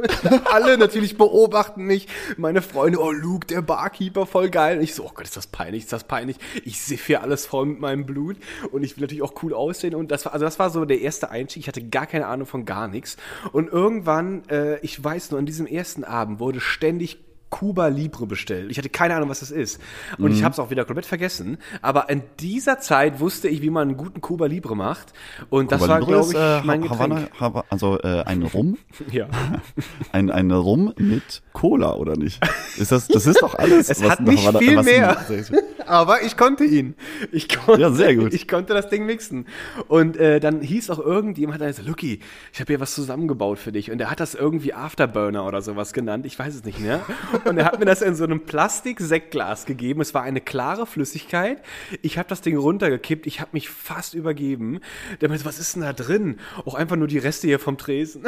Alle natürlich beobachten mich, meine Freunde, oh Luke, der Barkeeper, voll geil. Und ich so, oh Gott, ist das peinlich, ist das peinlich, ich siffe hier alles voll mit meinem Blut und ich will natürlich auch cool aussehen und das war, also das war so der erste Einstieg, ich hatte gar keine Ahnung von gar nichts und irgendwann, äh, ich weiß nur, an diesem ersten Abend wurde ständig Cuba Libre bestellt. Ich hatte keine Ahnung, was das ist. Und mhm. ich habe es auch wieder komplett vergessen. Aber in dieser Zeit wusste ich, wie man einen guten Cuba Libre macht. Und Cuba das war, glaube ich, äh, mein Getränk. Havana, Havana, also äh, ein Rum? Ja. Ein, ein Rum mit Cola, oder nicht? Ist das, das ist doch alles. Es hat nicht Havana, viel mehr. Aber ich konnte ihn. Ich konnte, ja, sehr gut. Ich konnte das Ding mixen. Und äh, dann hieß auch irgendjemand, der so, Lucky, ich habe hier was zusammengebaut für dich. Und der hat das irgendwie Afterburner oder sowas genannt. Ich weiß es nicht mehr. Und er hat mir das in so einem Plastik-Sektglas gegeben. Es war eine klare Flüssigkeit. Ich habe das Ding runtergekippt. Ich habe mich fast übergeben. Der meinte, was ist denn da drin? Auch einfach nur die Reste hier vom Tresen.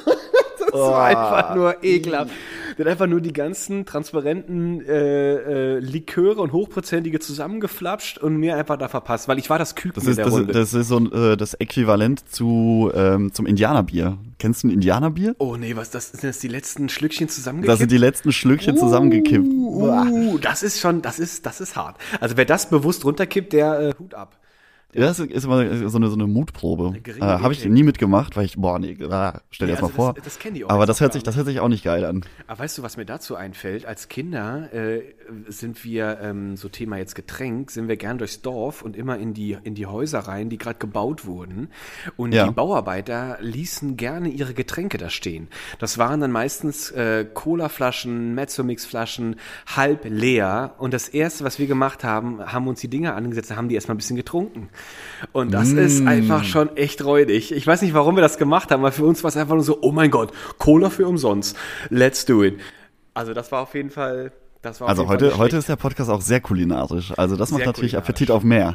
Das oh. war einfach nur ekelhaft. Der hat einfach nur die ganzen transparenten äh, äh, Liköre und Hochprozentige zusammengeflapscht und mir einfach da verpasst, weil ich war das Küken das ist, in der das Runde. Ist, das ist so äh, das Äquivalent zu ähm, zum Indianerbier. Kennst du ein Indianerbier? Oh nee, was das sind das die letzten Schlückchen zusammengekippt? Das sind die letzten Schlückchen uh, zusammengekippt. Uh, das ist schon, das ist, das ist hart. Also wer das bewusst runterkippt, der äh, Hut ab. Ja, das ist immer so eine, so eine Mutprobe. Äh, Habe ich nie mitgemacht, weil ich, boah, nee, ah, stell dir nee, das also mal vor. Das, das kennen die auch aber das hört sich, das hört sich auch nicht geil an. Aber weißt du, was mir dazu einfällt? Als Kinder äh, sind wir, ähm, so Thema jetzt Getränk, sind wir gern durchs Dorf und immer in die, in die Häuser rein, die gerade gebaut wurden. Und ja. die Bauarbeiter ließen gerne ihre Getränke da stehen. Das waren dann meistens äh, Colaflaschen, Mezzomix-Flaschen, halb leer. Und das Erste, was wir gemacht haben, haben uns die Dinger angesetzt, haben die erstmal ein bisschen getrunken. Und das mm. ist einfach schon echt räudig. Ich weiß nicht, warum wir das gemacht haben, weil für uns war es einfach nur so, oh mein Gott, Cola für umsonst. Let's do it. Also das war auf jeden Fall... Das war auf also jeden heute, Fall heute ist der Podcast auch sehr kulinarisch. Also das macht sehr natürlich Appetit auf mehr.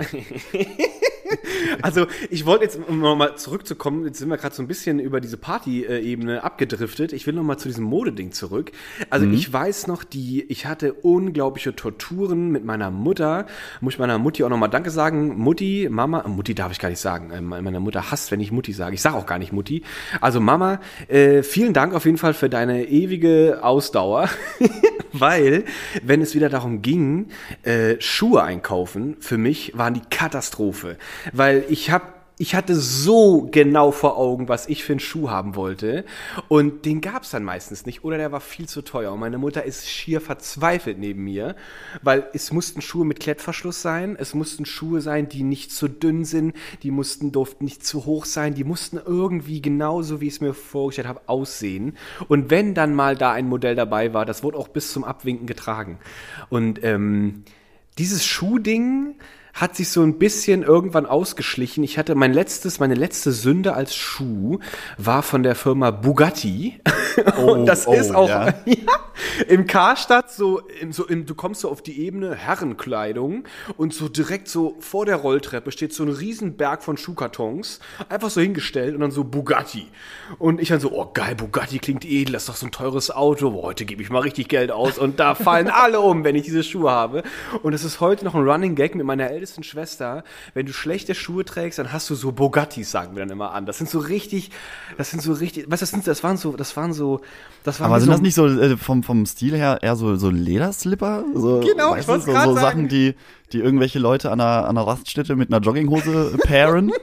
Also ich wollte jetzt, um nochmal zurückzukommen, jetzt sind wir gerade so ein bisschen über diese Party-Ebene abgedriftet. Ich will nochmal zu diesem Modeding zurück. Also mhm. ich weiß noch, die, ich hatte unglaubliche Torturen mit meiner Mutter. Muss ich meiner Mutti auch nochmal Danke sagen. Mutti, Mama, Mutti darf ich gar nicht sagen. Meine Mutter hasst, wenn ich Mutti sage. Ich sage auch gar nicht Mutti. Also Mama, äh, vielen Dank auf jeden Fall für deine ewige Ausdauer. Weil, wenn es wieder darum ging, äh, Schuhe einkaufen, für mich waren die Katastrophe. Weil ich habe ich hatte so genau vor Augen, was ich für einen Schuh haben wollte. Und den gab es dann meistens nicht. Oder der war viel zu teuer. Und meine Mutter ist schier verzweifelt neben mir. Weil es mussten Schuhe mit Klettverschluss sein. Es mussten Schuhe sein, die nicht zu dünn sind. Die mussten, durften nicht zu hoch sein. Die mussten irgendwie genauso, wie ich es mir vorgestellt habe, aussehen. Und wenn dann mal da ein Modell dabei war, das wurde auch bis zum Abwinken getragen. Und ähm, dieses Schuhding hat sich so ein bisschen irgendwann ausgeschlichen. Ich hatte mein letztes, meine letzte Sünde als Schuh war von der Firma Bugatti. Oh, und das oh, ist auch ja. ja, im Karstadt so, im, so im, du kommst so auf die Ebene Herrenkleidung und so direkt so vor der Rolltreppe steht so ein Riesenberg von Schuhkartons, einfach so hingestellt und dann so Bugatti. Und ich dann so, oh geil, Bugatti klingt edel, das ist doch so ein teures Auto, boah, heute gebe ich mal richtig Geld aus und da fallen alle um, wenn ich diese Schuhe habe. Und es ist heute noch ein Running Gag mit meiner ältesten Schwester, wenn du schlechte Schuhe trägst, dann hast du so Bugattis, sagen wir dann immer an. Das sind so richtig, das sind so richtig, was das sind, das waren so, das waren so, das waren Aber sind so, das nicht so äh, vom, vom Stil her eher so, so Lederslipper? So, Genau, weißt ich du, wollt's so, grad so sagen. Sachen, die, die irgendwelche Leute an einer, an einer Raststätte mit einer Jogginghose pairen?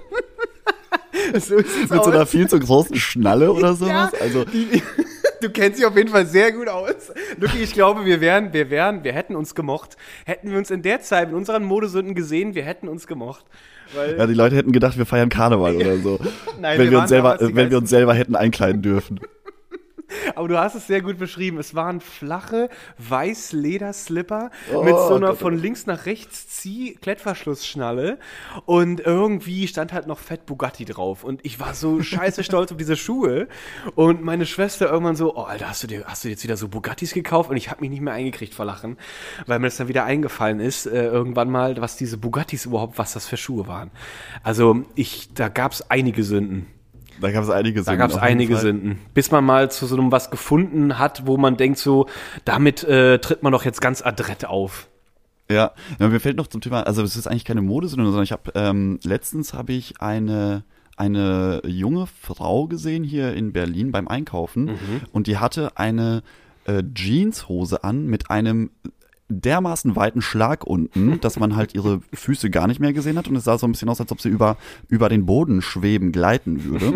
so Mit so einer viel zu großen Schnalle oder sowas? Ja, Also, die, du kennst dich auf jeden Fall sehr gut aus. Lucky, ich glaube, wir wären, wir wären, wir hätten uns gemocht. Hätten wir uns in der Zeit mit unseren Modesünden gesehen, wir hätten uns gemocht. Weil ja, die Leute hätten gedacht, wir feiern Karneval oder so. Nein, wenn wir wir, waren uns selber, damals die äh, wenn wir geilsten. uns selber hätten einkleiden dürfen. Aber du hast es sehr gut beschrieben. Es waren flache, weiß Lederslipper Oh, mit so einer Gott. von links nach rechts Zieh-Klettverschlussschnalle und irgendwie stand halt noch Fett Bugatti drauf und ich war so scheiße stolz auf diese Schuhe und meine Schwester irgendwann so, oh Alter, hast du dir, hast du jetzt wieder so Bugattis gekauft? Und ich habe mich nicht mehr eingekriegt vor Lachen, weil mir das dann wieder eingefallen ist, äh, irgendwann mal, was diese Bugattis überhaupt, was das für Schuhe waren. Also ich, da gab's einige Sünden. Da gab es einige Da Sünden. gab es auf jeden einige Fall. Sünden. Bis man mal zu so einem was gefunden hat, wo man denkt so, damit äh, tritt man doch jetzt ganz adrett auf. Ja, ja, mir fällt noch zum Thema, also es ist eigentlich keine Modesünde, sondern ich habe, ähm, letztens habe ich eine eine junge Frau gesehen hier in Berlin beim Einkaufen Mhm. und die hatte eine äh, Jeanshose an mit einem dermaßen weiten Schlag unten, dass man halt ihre Füße gar nicht mehr gesehen hat und es sah so ein bisschen aus, als ob sie über über den Boden schweben, gleiten würde.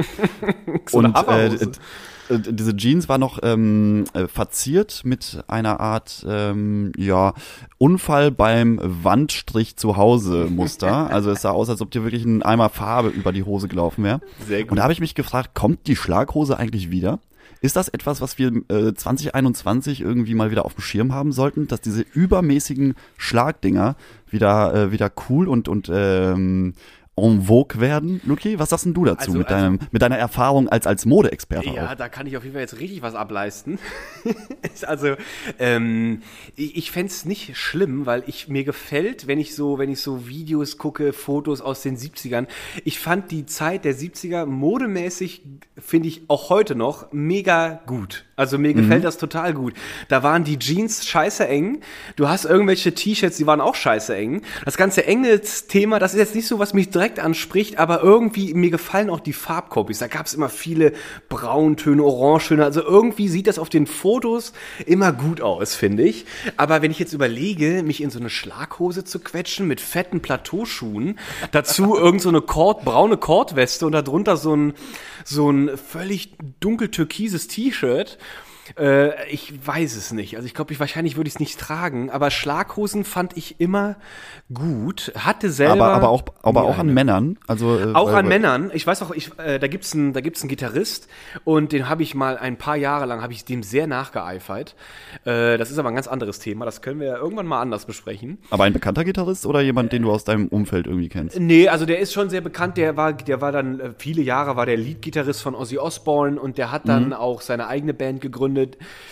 So eine und äh, Hoverhose. äh, diese Jeans war noch ähm, äh, verziert mit einer Art ähm, ja Unfall beim Wandstrich zu Hause Muster. Also es sah aus, als ob dir wirklich ein Eimer Farbe über die Hose gelaufen wäre. Sehr gut. Und da habe ich mich gefragt, kommt die Schlaghose eigentlich wieder? Ist das etwas, was wir äh, zwanzig einundzwanzig irgendwie mal wieder auf dem Schirm haben sollten, dass diese übermäßigen Schlagdinger wieder äh, wieder cool und und ähm, en vogue werden? Luki, was sagst denn du dazu Also- mit also- deinem mit deiner Erfahrung als als Modeexperte Ja, auch? da kann ich auf jeden Fall jetzt richtig was ableisten. also, ähm, ich, ich fänd's nicht schlimm, weil ich mir gefällt, wenn ich so, wenn ich so Videos gucke, Fotos aus den siebzigern. Ich fand die Zeit der siebziger modemäßig, finde ich auch heute noch, mega gut. Also mir gefällt das total gut. Da waren die Jeans scheiße eng. Du hast irgendwelche T-Shirts, die waren auch scheiße eng. Das ganze Engels-Thema, das ist jetzt nicht so, was mich direkt anspricht, aber irgendwie, mir gefallen auch die Farbcopies. Da gab es immer viele Brauntöne, Orangetöne. Also irgendwie sieht das auf den Fotos immer gut aus, finde ich. Aber wenn ich jetzt überlege, mich in so eine Schlaghose zu quetschen mit fetten Plateauschuhen, dazu irgend so eine Kord, braune Kordweste und darunter so ein, so ein völlig dunkel türkises T-Shirt, Äh, ich weiß es nicht. Also ich glaube, ich wahrscheinlich würde ich es nicht tragen, aber Schlaghosen fand ich immer gut. Hatte selber Aber aber auch aber nie auch an eine. Männern, also äh, Auch weil- an weil- Männern. Ich weiß auch, ich, äh, da gibt's einen, da gibt's einen Gitarrist und den habe ich mal ein paar Jahre lang habe ich dem sehr nachgeeifert. Äh, das ist aber ein ganz anderes Thema. Das können wir ja irgendwann mal anders besprechen. Aber ein bekannter Gitarrist oder jemand, den du aus deinem Umfeld irgendwie kennst? Nee, also der ist schon sehr bekannt. Der war, der war dann äh, viele Jahre war der Leadgitarrist von Ozzy Osbourne und der hat dann auch seine eigene Band gegründet.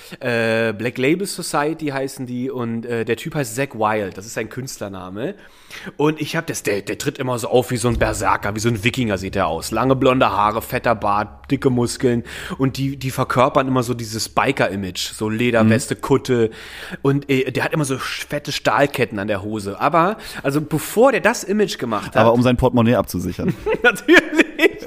Äh, Black Label Society heißen die und äh, der Typ heißt Zakk Wylde. Das ist sein Künstlername. Und ich habe das, der, der tritt immer so auf wie so ein Berserker, wie so ein Wikinger sieht er aus. Lange blonde Haare, fetter Bart, dicke Muskeln und die, die verkörpern immer so dieses Biker-Image, so Lederweste, Kutte und äh, der hat immer so fette Stahlketten an der Hose. Aber, also bevor der das Image gemacht hat, Aber um sein Portemonnaie abzusichern. natürlich.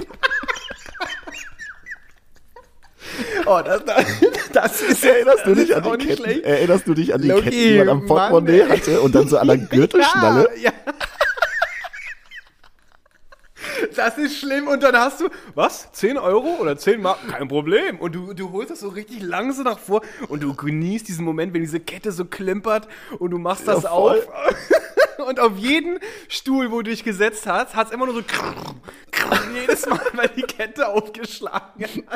Oh, das, das, das ist Erinnerst du das dich ist an auch die nicht Ketten? schlecht. Erinnerst du dich an die Loki, Ketten, die man am Mann, Portemonnaie ey. hatte und dann so an der Gürtelschnalle? Ja, ja. Das ist schlimm. Und dann hast du, was? zehn Euro oder zehn Mark? Kein Problem. Und du, du holst das so richtig langsam nach vor und du genießt diesen Moment, wenn diese Kette so klimpert und du machst das ja, auf. Und auf jeden Stuhl, wo du dich gesetzt hast, hat es immer nur so krrr, krrr, jedes Mal, weil die Kette aufgeschlagen hat.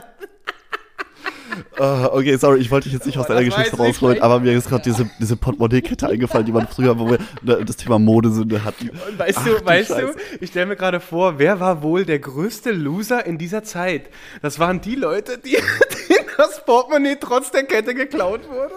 Uh, okay, sorry, ich wollte dich jetzt nicht oh, aus deiner Geschichte rausholen, aber mir ist gerade diese, diese Portemonnaie-Kette eingefallen, die man früher, wo wir das Thema Modesünde hatten. Und weißt Ach, du, weißt du, ich stelle mir gerade vor, wer war wohl der größte Loser in dieser Zeit? Das waren die Leute, die, denen das Portemonnaie trotz der Kette geklaut wurde.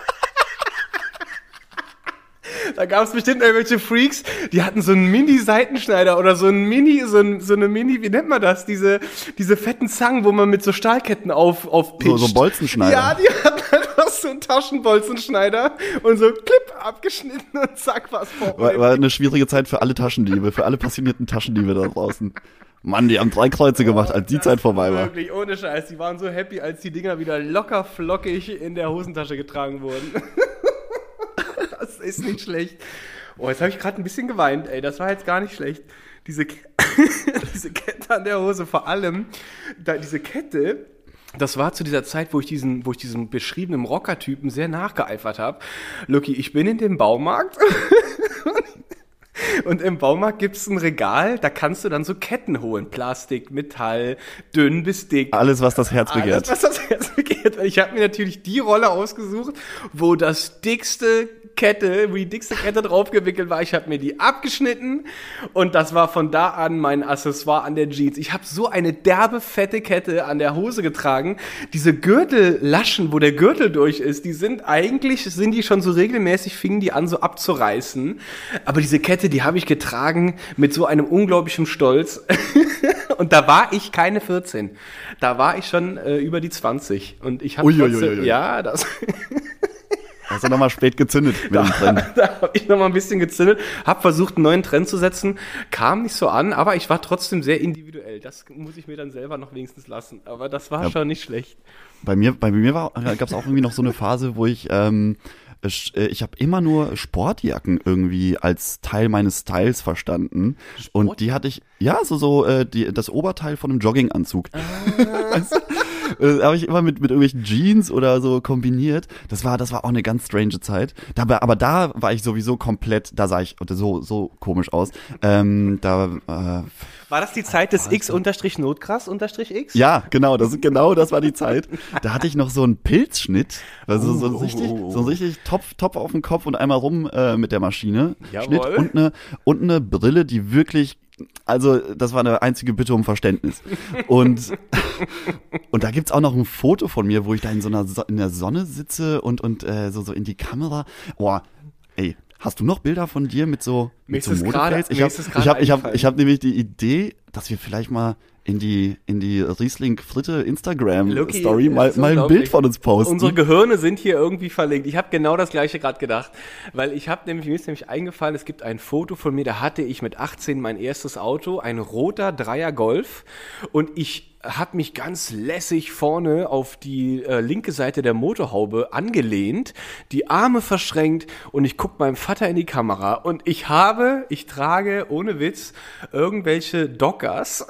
Da gab es bestimmt irgendwelche Freaks, die hatten so einen Mini-Seitenschneider oder so einen Mini, so, ein, so eine Mini, wie nennt man das? Diese, diese fetten Zangen, wo man mit so Stahlketten auf, aufpitcht. So, so Bolzenschneider. Ja, die hatten einfach so einen Taschenbolzenschneider und so klipp abgeschnitten und zack, was vor. War, war eine schwierige Zeit für alle Taschendiebe, für alle passionierten Taschendiebe da draußen. Mann, die haben drei Kreuze gemacht, als die das Zeit vorbei war. Wirklich, ohne Scheiß. Die waren so happy, als die Dinger wieder locker flockig in der Hosentasche getragen wurden. Das ist nicht schlecht. Oh, jetzt habe ich gerade ein bisschen geweint, ey. Das war jetzt gar nicht schlecht. Diese, diese Kette an der Hose, vor allem, da, diese Kette, das war zu dieser Zeit, wo ich diesen, wo ich diesem beschriebenen Rocker-Typen sehr nachgeeifert habe. Lucky, ich bin in dem Baumarkt und im Baumarkt gibt's ein Regal, da kannst du dann so Ketten holen. Plastik, Metall, dünn bis dick. Alles, was das Herz begehrt. Alles, was das Herz begehrt. Und ich habe mir natürlich die Rolle ausgesucht, wo das dickste Kette, wo die dickste Kette draufgewickelt war. Ich habe mir die abgeschnitten und das war von da an mein Accessoire an der Jeans. Ich habe so eine derbe, fette Kette an der Hose getragen. Diese Gürtellaschen, wo der Gürtel durch ist, die sind eigentlich, sind die schon so regelmäßig, fingen die an so abzureißen. Aber diese Kette, die habe ich getragen mit so einem unglaublichen Stolz. Und da war ich keine vierzehn. Da war ich schon äh, über die zwanzig. Und ich habe trotzdem, ja, das... Hast du nochmal spät gezündet mit da, dem Trend? Da habe ich nochmal ein bisschen gezündet, habe versucht, einen neuen Trend zu setzen, kam nicht so an, aber ich war trotzdem sehr individuell. Das muss ich mir dann selber noch wenigstens lassen. Aber das war ja schon nicht schlecht. Bei mir, bei mir gab es auch irgendwie noch so eine Phase, wo ich, ähm, ich, ich habe immer nur Sportjacken irgendwie als Teil meines Styles verstanden. Sport? Und die hatte ich, ja, so so äh, die, das Oberteil von einem Jogginganzug. Ah. Weißt du? Das habe ich immer mit, mit irgendwelchen Jeans oder so kombiniert. Das war, das war auch eine ganz strange Zeit. Dabei, aber da war ich sowieso komplett, da sah ich so, so komisch aus. Ähm, da, äh, war das die Zeit des X-Notkrass-X? Ja, genau, das, genau, das war die Zeit. Da hatte ich noch so einen Pilzschnitt, also so, so richtig, so richtig Topf, Topf auf dem Kopf und einmal rum äh, mit der Maschine. Schnitt und eine, und eine Brille, die wirklich, also das war eine einzige Bitte um Verständnis. Und, und da gibt's auch noch ein Foto von mir, wo ich da in so einer so- in der Sonne sitze und, und äh, so, so in die Kamera. Boah, ey. Hast du noch Bilder von dir mit so, mit so Modeface? Ich habe ich hab, ich hab, ich hab nämlich die Idee, dass wir vielleicht mal in die in die Riesling-Fritte Instagram-Story mal, mal ein Bild von uns posten. Unsere Gehirne sind hier irgendwie verlinkt. Ich habe genau das Gleiche gerade gedacht. Weil ich habe nämlich, mir ist nämlich eingefallen, es gibt ein Foto von mir, da hatte ich mit achtzehn mein erstes Auto, ein roter Dreier Golf. Und ich habe mich ganz lässig vorne auf die äh, linke Seite der Motorhaube angelehnt, die Arme verschränkt und ich gucke meinem Vater in die Kamera und ich habe, ich trage, ohne Witz, irgendwelche Dockers.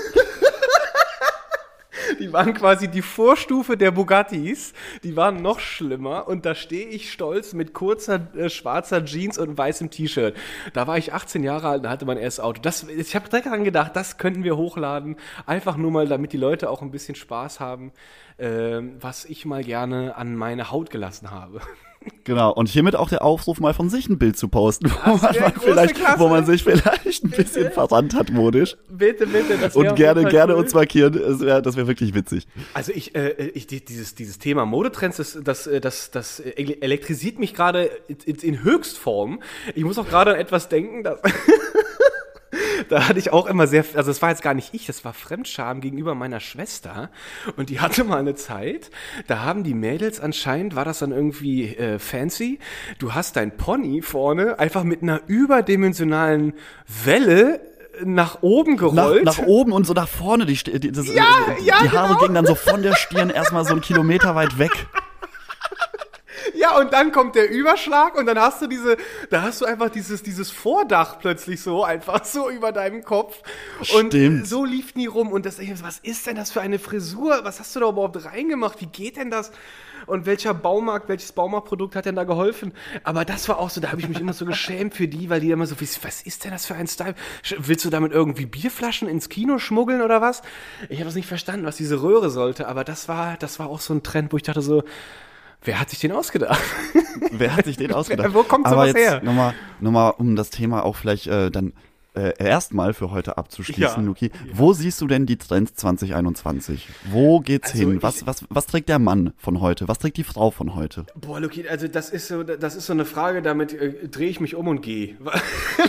Die waren quasi die Vorstufe der Bugattis. Die waren noch schlimmer. Und da stehe ich stolz mit kurzer äh, schwarzer Jeans und weißem T-Shirt. Da war ich achtzehn Jahre alt und hatte mein erstes Auto. Das, ich habe direkt daran gedacht, das könnten wir hochladen. Einfach nur mal, damit die Leute auch ein bisschen Spaß haben, äh, was ich mal gerne an meine Haut gelassen habe. Genau, und hiermit auch der Aufruf, mal von sich ein Bild zu posten, wo man, man vielleicht, wo man sich vielleicht ein bisschen bitte? verrannt hat modisch. Bitte, bitte. Das und gerne, gerne cool. uns markieren, das wäre das wär wirklich witzig. Also ich, äh, ich dieses, dieses Thema Modetrends, das, das, das, das elektrisiert mich gerade in, in Höchstform. Ich muss auch gerade an etwas denken, dass... Da hatte ich auch immer sehr, also das war jetzt gar nicht ich, das war Fremdscham gegenüber meiner Schwester und die hatte mal eine Zeit, da haben die Mädels anscheinend, war das dann irgendwie äh, fancy, du hast dein Pony vorne einfach mit einer überdimensionalen Welle nach oben gerollt. Nach, nach oben und so nach vorne, die, die, das, ja, die, ja, die Haare genau. gingen dann so von der Stirn erstmal so einen Kilometer weit weg. Ja, und dann kommt der Überschlag und dann hast du diese, da hast du einfach dieses, dieses Vordach plötzlich so, einfach so über deinem Kopf. Und Stimmt. so lief die rum und das, was ist denn das für eine Frisur? Was hast du da überhaupt reingemacht? Wie geht denn das? Und welcher Baumarkt, welches Baumarktprodukt hat denn da geholfen? Aber das war auch so, da habe ich mich immer so geschämt für die, weil die immer so, was ist denn das für ein Style? Willst du damit irgendwie Bierflaschen ins Kino schmuggeln oder was? Ich habe das nicht verstanden, was diese Röhre sollte, aber das war, das war auch so ein Trend, wo ich dachte so, wer hat sich den ausgedacht? Wer hat sich den ausgedacht? Wo kommt Aber sowas jetzt her? Nochmal, nochmal, um das Thema auch vielleicht äh, dann äh, erstmal für heute abzuschließen, Ja. Luki. Wo siehst du denn die Trends zwanzig einundzwanzig? Wo geht's Also hin? ich- Was, was, was trägt der Mann von heute? Was trägt die Frau von heute? Boah, Luki, also das ist so, das ist so eine Frage, damit äh, drehe ich mich um und gehe. Weil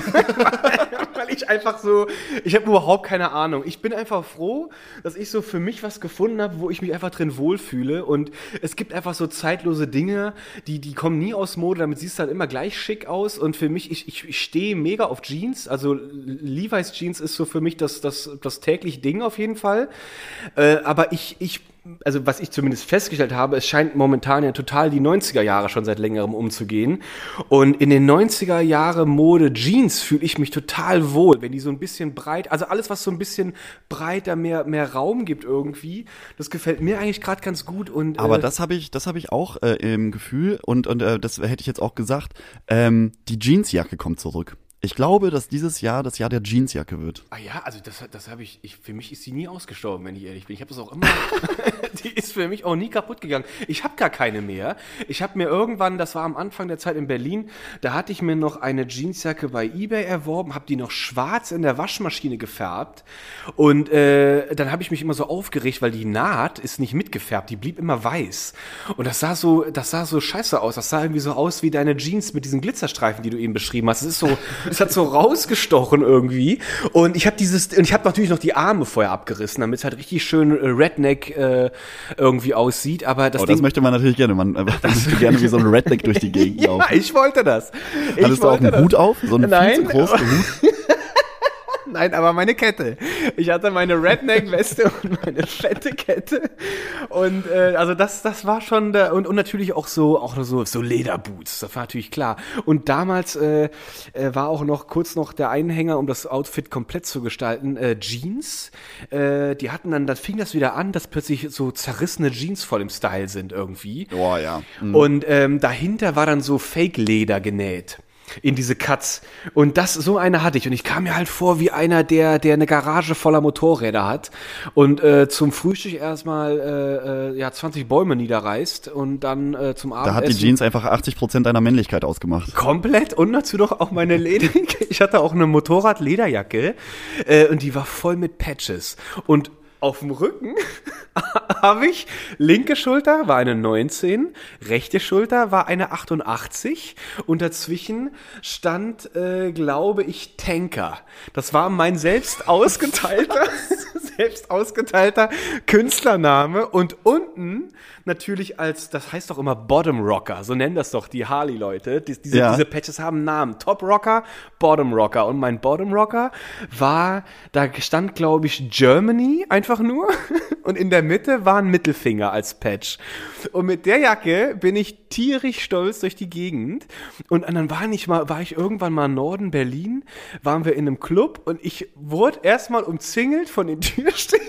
weil ich einfach so, ich habe überhaupt keine Ahnung. Ich bin einfach froh, dass ich so für mich was gefunden habe, wo ich mich einfach drin wohlfühle. Und es gibt einfach so zeitlose Dinge, die, die kommen nie aus Mode, damit siehst du halt immer gleich schick aus. Und für mich, ich, ich, ich stehe mega auf Jeans. Also Levi's Jeans ist so für mich das, das, das tägliche Ding auf jeden Fall. Äh, aber ich, ich also was ich zumindest festgestellt habe, es scheint momentan ja total die neunziger Jahre schon seit längerem umzugehen. Und in den neunziger Jahre Mode Jeans fühle ich mich total wohl, wenn die so ein bisschen breit, also alles, was so ein bisschen breiter, mehr, mehr Raum gibt irgendwie, das gefällt mir eigentlich gerade ganz gut. Und, Aber äh, das habe ich, das habe ich auch äh, im Gefühl und, und äh, das hätte ich jetzt auch gesagt, ähm, die Jeansjacke kommt zurück. Ich glaube, dass dieses Jahr das Jahr der Jeansjacke wird. Ah ja, also das, das habe ich, ich, für mich ist sie nie ausgestorben, wenn ich ehrlich bin. Ich habe das auch immer, die ist für mich auch nie kaputt gegangen. Ich habe gar keine mehr. Ich habe mir irgendwann, das war am Anfang der Zeit in Berlin, da hatte ich mir noch eine Jeansjacke bei eBay erworben, habe die noch schwarz in der Waschmaschine gefärbt und äh, dann habe ich mich immer so aufgeregt, weil die Naht ist nicht mitgefärbt, die blieb immer weiß. Und das sah so, das sah so scheiße aus. Das sah irgendwie so aus wie deine Jeans mit diesen Glitzerstreifen, die du eben beschrieben hast. Es ist so, es hat so rausgestochen irgendwie. Und ich habe dieses, und ich habe natürlich noch die Arme vorher abgerissen, damit es halt richtig schön äh, Redneck äh, irgendwie aussieht. Aber das Oh, Ding, das möchte man natürlich gerne. Man, man möchte gerne wie so ein Redneck durch die Gegend ja, laufen. ich wollte das. Ich Hattest du auch wollte einen das. Hut auf? So einen Nein, viel zu großen Hut? Nein, aber meine Kette. Ich hatte meine Redneck-Weste und meine fette Kette. Und äh, also das, das war schon da und, und natürlich auch so, auch so, so Lederboots. Das war natürlich klar. Und damals äh, äh, war auch noch kurz noch der Einhänger, um das Outfit komplett zu gestalten, äh, Jeans. Äh, die hatten dann, dann fing das wieder an, dass plötzlich so zerrissene Jeans voll im Style sind irgendwie. Boah, ja. Mhm. Und ähm, dahinter war dann so Fake-Leder genäht. In diese Cuts. Und das, so eine hatte ich. Und ich kam mir halt vor wie einer, der, der eine Garage voller Motorräder hat und äh, zum Frühstück erstmal äh, äh, ja, zwanzig Bäume niederreißt und dann äh, zum Da Abendessen. hat die Jeans einfach achtzig Prozent deiner Männlichkeit ausgemacht. Komplett und dazu doch auch meine Leder. Ich hatte auch eine Motorrad-Lederjacke äh, und die war voll mit Patches. Und auf dem Rücken habe ich, linke Schulter war eine neunzehn, rechte Schulter war eine achtundachtzig und dazwischen stand, äh, glaube ich, Tanker. Das war mein selbst ausgeteilter, selbst ausgeteilter Künstlername und unten natürlich als, das heißt doch immer Bottom Rocker, so nennen das doch die Harley-Leute. Die, diese, Ja. diese Patches haben einen Namen. Top Rocker, Bottom Rocker. Und mein Bottom Rocker war, da stand, glaube ich, Germany einfach nur. Und in der Mitte war ein Mittelfinger als Patch. Und mit der Jacke bin ich tierisch stolz durch die Gegend. Und dann war ich mal, war ich irgendwann mal im Norden Berlin, waren wir in einem Club und ich wurde erstmal umzingelt von den Türstehern.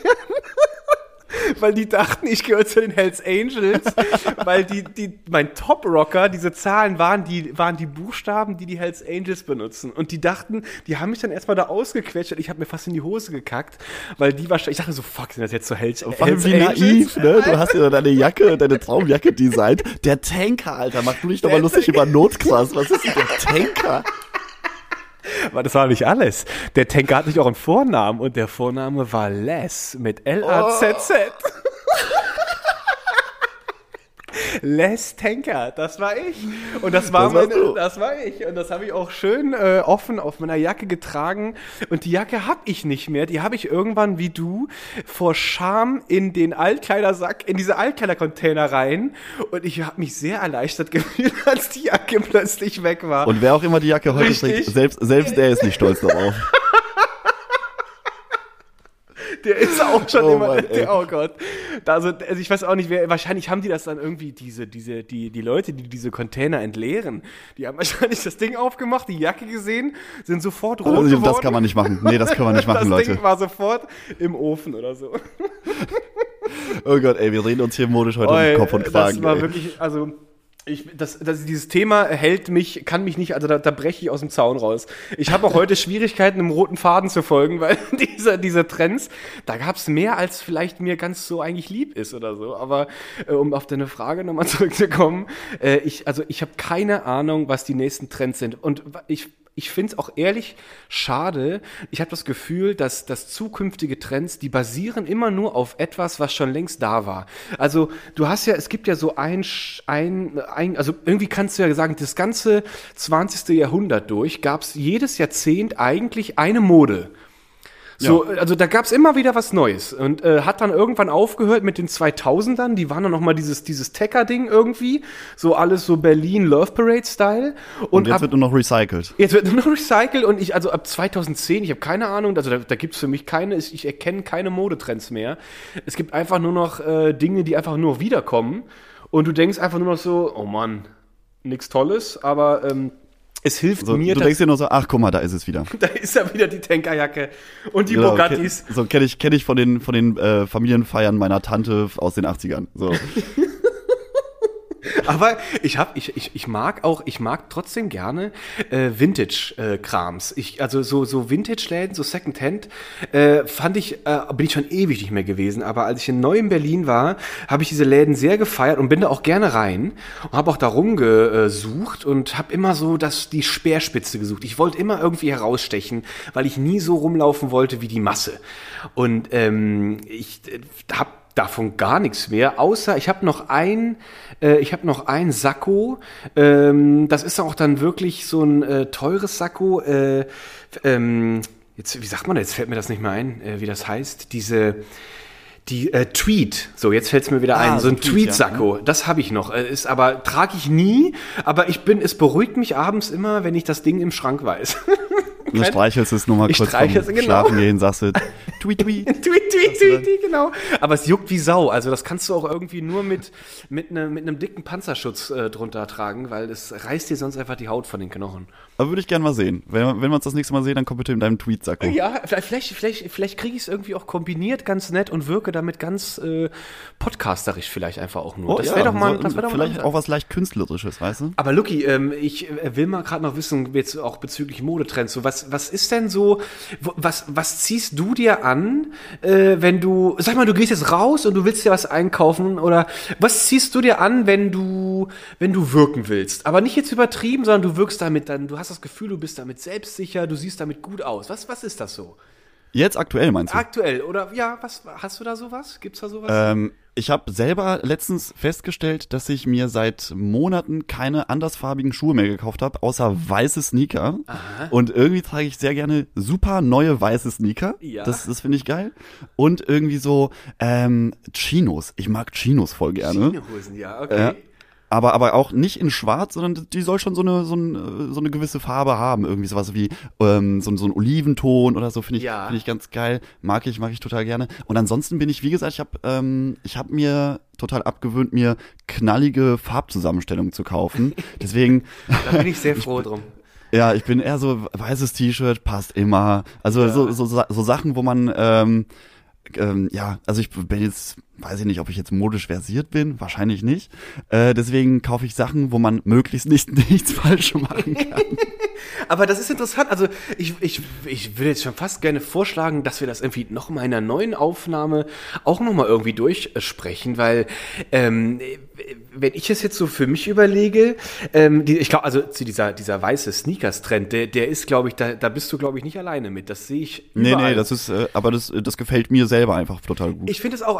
Weil die dachten, ich gehöre zu den Hells Angels, weil die, die, mein Top-Rocker, diese Zahlen waren die, waren die Buchstaben, die die Hells Angels benutzen. Und die dachten, die haben mich dann erstmal da ausgequetscht und ich habe mir fast in die Hose gekackt, weil die wahrscheinlich, ich dachte so, fuck, sind das jetzt so Hells, Vor allem Hells wie Angels? naiv, ne? Du hast ja deine Jacke, deine Traumjacke designt. Der Tanker, Alter, mach du dich doch mal Der lustig über Notkrass. Was ist denn der Tanker? Aber das war nicht alles. Der Tanker hat nicht auch einen Vornamen und der Vorname war Les mit L A Z Z. Les Tanker, das war ich. Und das war Das warst meine, du. das war ich. Und das habe ich auch schön äh, offen auf meiner Jacke getragen. Und die Jacke habe ich nicht mehr. Die habe ich irgendwann wie du vor Scham in den Altkleidersack, in diese Altkleidercontainer rein. Und ich habe mich sehr erleichtert gefühlt, als die Jacke plötzlich weg war. Und wer auch immer die Jacke heute Richtig. trägt, selbst, selbst der ist nicht stolz darauf. Der ist auch schon Oh immer, Mann, ey. der, oh Gott. Da, also, also ich weiß auch nicht, wer, wahrscheinlich haben die das dann irgendwie, diese, diese, die, die Leute, die diese Container entleeren, die haben wahrscheinlich das Ding aufgemacht, die Jacke gesehen, sind sofort rot Also, geworden. das kann man nicht machen. Nee, das kann man nicht machen, das Leute. Ding war sofort im Ofen oder so. Oh Gott, ey, wir reden uns hier modisch heute Oi, um Kopf und Kragen. Das war ey. wirklich, also ich, das, das, dieses Thema hält mich, kann mich nicht, also da, da breche ich aus dem Zaun raus. Ich habe auch heute Schwierigkeiten, einem roten Faden zu folgen, weil diese, diese Trends, da gab es mehr, als vielleicht mir ganz so eigentlich lieb ist oder so. Aber äh, um auf deine Frage nochmal zurückzukommen, äh, ich, also ich habe keine Ahnung, was die nächsten Trends sind. Und ich Ich finde es auch ehrlich schade. Ich habe das Gefühl, dass, dass zukünftige Trends, die basieren immer nur auf etwas, was schon längst da war. Also du hast ja, es gibt ja so ein, ein, ein also irgendwie kannst du ja sagen, das ganze zwanzigste Jahrhundert durch gab es jedes Jahrzehnt eigentlich eine Mode. So, ja. Also da gab's immer wieder was Neues und äh, hat dann irgendwann aufgehört mit den zweitausendern, die waren dann noch mal dieses dieses Tecker-Ding irgendwie, so alles so Berlin Love Parade Style und, Und jetzt ab, wird nur noch recycelt. Jetzt wird nur noch recycelt und ich, also ab zweitausendzehn, ich habe keine Ahnung, also da, da gibt's für mich keine, ich erkenne keine Modetrends mehr. Es gibt einfach nur noch äh, Dinge, die einfach nur wiederkommen und du denkst einfach nur noch so, oh Mann, nix Tolles, aber ähm, es hilft So, mir. du denkst dir nur so, ach guck mal, da ist es wieder. Da ist ja wieder die Tankerjacke und die Genau, Bugattis. ke- So kenne ich, kenn ich von den, von den äh, Familienfeiern meiner Tante aus den achtzigern. So. Aber ich hab, ich, ich, ich mag auch, ich mag trotzdem gerne äh, Vintage-Krams. ich, also so, so Vintage-Läden, so Secondhand, äh, fand ich, äh, bin ich schon ewig nicht mehr gewesen. Aber als ich in neu in Berlin war, habe ich diese Läden sehr gefeiert und bin da auch gerne rein und habe auch da rumgesucht und habe immer so das, die Speerspitze gesucht. Ich wollte immer irgendwie herausstechen, weil ich nie so rumlaufen wollte wie die Masse. Und ähm, ich äh, habe davon gar nichts mehr, außer ich habe noch ein, äh, ich habe noch ein Sakko, ähm, das ist auch dann wirklich so ein äh, teures Sakko, äh, ähm, jetzt, wie sagt man, jetzt fällt mir das nicht mehr ein, äh, wie das heißt, diese, die äh, Tweed, so jetzt fällt es mir wieder Ah, ein, so so ein Tweed, Tweed-Sakko, ja. Das habe ich noch, äh, ist aber, trage ich nie, aber ich bin, es beruhigt mich abends immer, wenn ich das Ding im Schrank weiß. Du streichelst es nur mal Ich kurz vorm streichel es, genau. Schlafen gehen, sagst du, tweet, tweet. tweet, tweet, tweet, tweet, genau. Aber es juckt wie Sau. Also das kannst du auch irgendwie nur mit, mit, ne, mit einem dicken Panzerschutz äh, drunter tragen, weil es reißt dir sonst einfach die Haut von den Knochen. Aber würde ich gerne mal sehen. Wenn, wenn wir uns das nächste Mal sehen, dann komm bitte in deinem Tweet-Sakko. Ja, vielleicht, vielleicht, vielleicht kriege ich es irgendwie auch kombiniert ganz nett und wirke damit ganz äh, podcasterisch vielleicht einfach auch nur. Oh, das ja, wäre doch mal, so, das wär doch vielleicht mal auch was leicht Künstlerisches, weißt du? Aber Lucky, ähm, ich äh, will mal gerade noch wissen, jetzt auch bezüglich Modetrends, so was, was ist denn so, wo, was, was ziehst du dir an, äh, wenn du, sag mal, du gehst jetzt raus und du willst dir was einkaufen oder was ziehst du dir an, wenn du, wenn du wirken willst? Aber nicht jetzt übertrieben, sondern du wirkst damit dann, du hast das Gefühl, du bist damit selbstsicher, du siehst damit gut aus. Was, was ist das so? Jetzt aktuell meinst du? Aktuell, oder ja, was, hast du da sowas? Gibt's da sowas? Ähm, ich habe selber letztens festgestellt, dass ich mir seit Monaten keine andersfarbigen Schuhe mehr gekauft habe, außer weiße Sneaker. Aha. Und irgendwie trage ich sehr gerne super neue weiße Sneaker. Ja. Das, das finde ich geil. Und irgendwie so ähm, Chinos. Ich mag Chinos voll gerne. Chinohosen, ja, okay. Äh, aber aber auch nicht in schwarz, sondern die soll schon so eine so, ein, so eine gewisse Farbe haben, irgendwie sowas wie ähm, so, so ein Oliventon oder so, finde ich Ja. finde ich ganz geil, mag ich mag ich total gerne. Und ansonsten bin ich, wie gesagt, ich habe ähm, ich habe mir total abgewöhnt, mir knallige Farbzusammenstellungen zu kaufen. Deswegen Da bin ich sehr froh drum. ja, ich bin eher so weißes T-Shirt, passt immer. Also Ja. so, so so Sachen, wo man ähm, ähm, ja, also ich bin jetzt, weiß ich nicht, ob ich jetzt modisch versiert bin, wahrscheinlich nicht. Äh, deswegen kaufe ich Sachen, wo man möglichst nicht nichts falsch machen kann. Aber das ist interessant. Also ich, ich, ich würde jetzt schon fast gerne vorschlagen, dass wir das irgendwie noch mal in einer neuen Aufnahme auch noch mal irgendwie durchsprechen, weil ähm, wenn ich es jetzt so für mich überlege, ähm, die, ich glaube, also dieser dieser weiße Sneakers-Trend, der der ist, glaube ich, da da bist du, glaube ich, nicht alleine mit. Das sehe ich Nee, überall. nee, das ist, äh, aber das, das gefällt mir selber einfach total gut. Ich finde es auch, also ich finde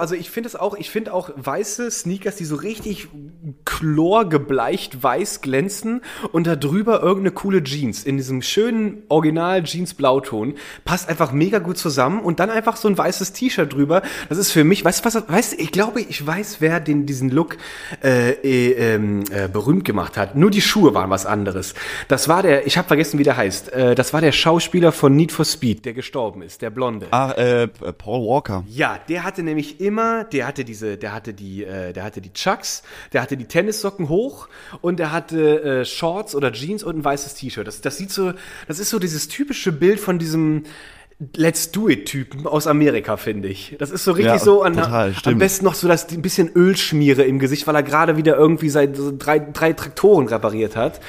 es auch, ich finde auch weiße Sneakers, die so richtig chlorgebleicht weiß glänzen und da drüber irgendeine coole Jeans in diesem schönen Original-Jeans-Blauton, passt einfach mega gut zusammen und dann einfach so ein weißes T-Shirt drüber. Das ist für mich, weißt du was, weißt, ich glaube, ich weiß, wer den, diesen Look äh, äh, äh, berühmt gemacht hat. Nur die Schuhe waren was anderes. Das war der, ich habe vergessen, wie der heißt, äh, das war der Schauspieler von Need for Speed, der gestorben ist, der Blonde. Ah, äh, Paul Walker. Ja, der hatte nämlich immer, der hatte diese, der hatte die, äh, der hatte die Chucks, der hatte die Tennissocken hoch und der hatte äh, Shorts oder Jeans und ein weißes T-Shirt. Das, das sieht so, das ist so dieses typische Bild von diesem Let's do it Typen aus Amerika, finde ich. Das ist so richtig ja, so an, total, am besten noch so, dass ein bisschen Ölschmiere im Gesicht, weil er gerade wieder irgendwie seit so drei, drei Traktoren repariert hat.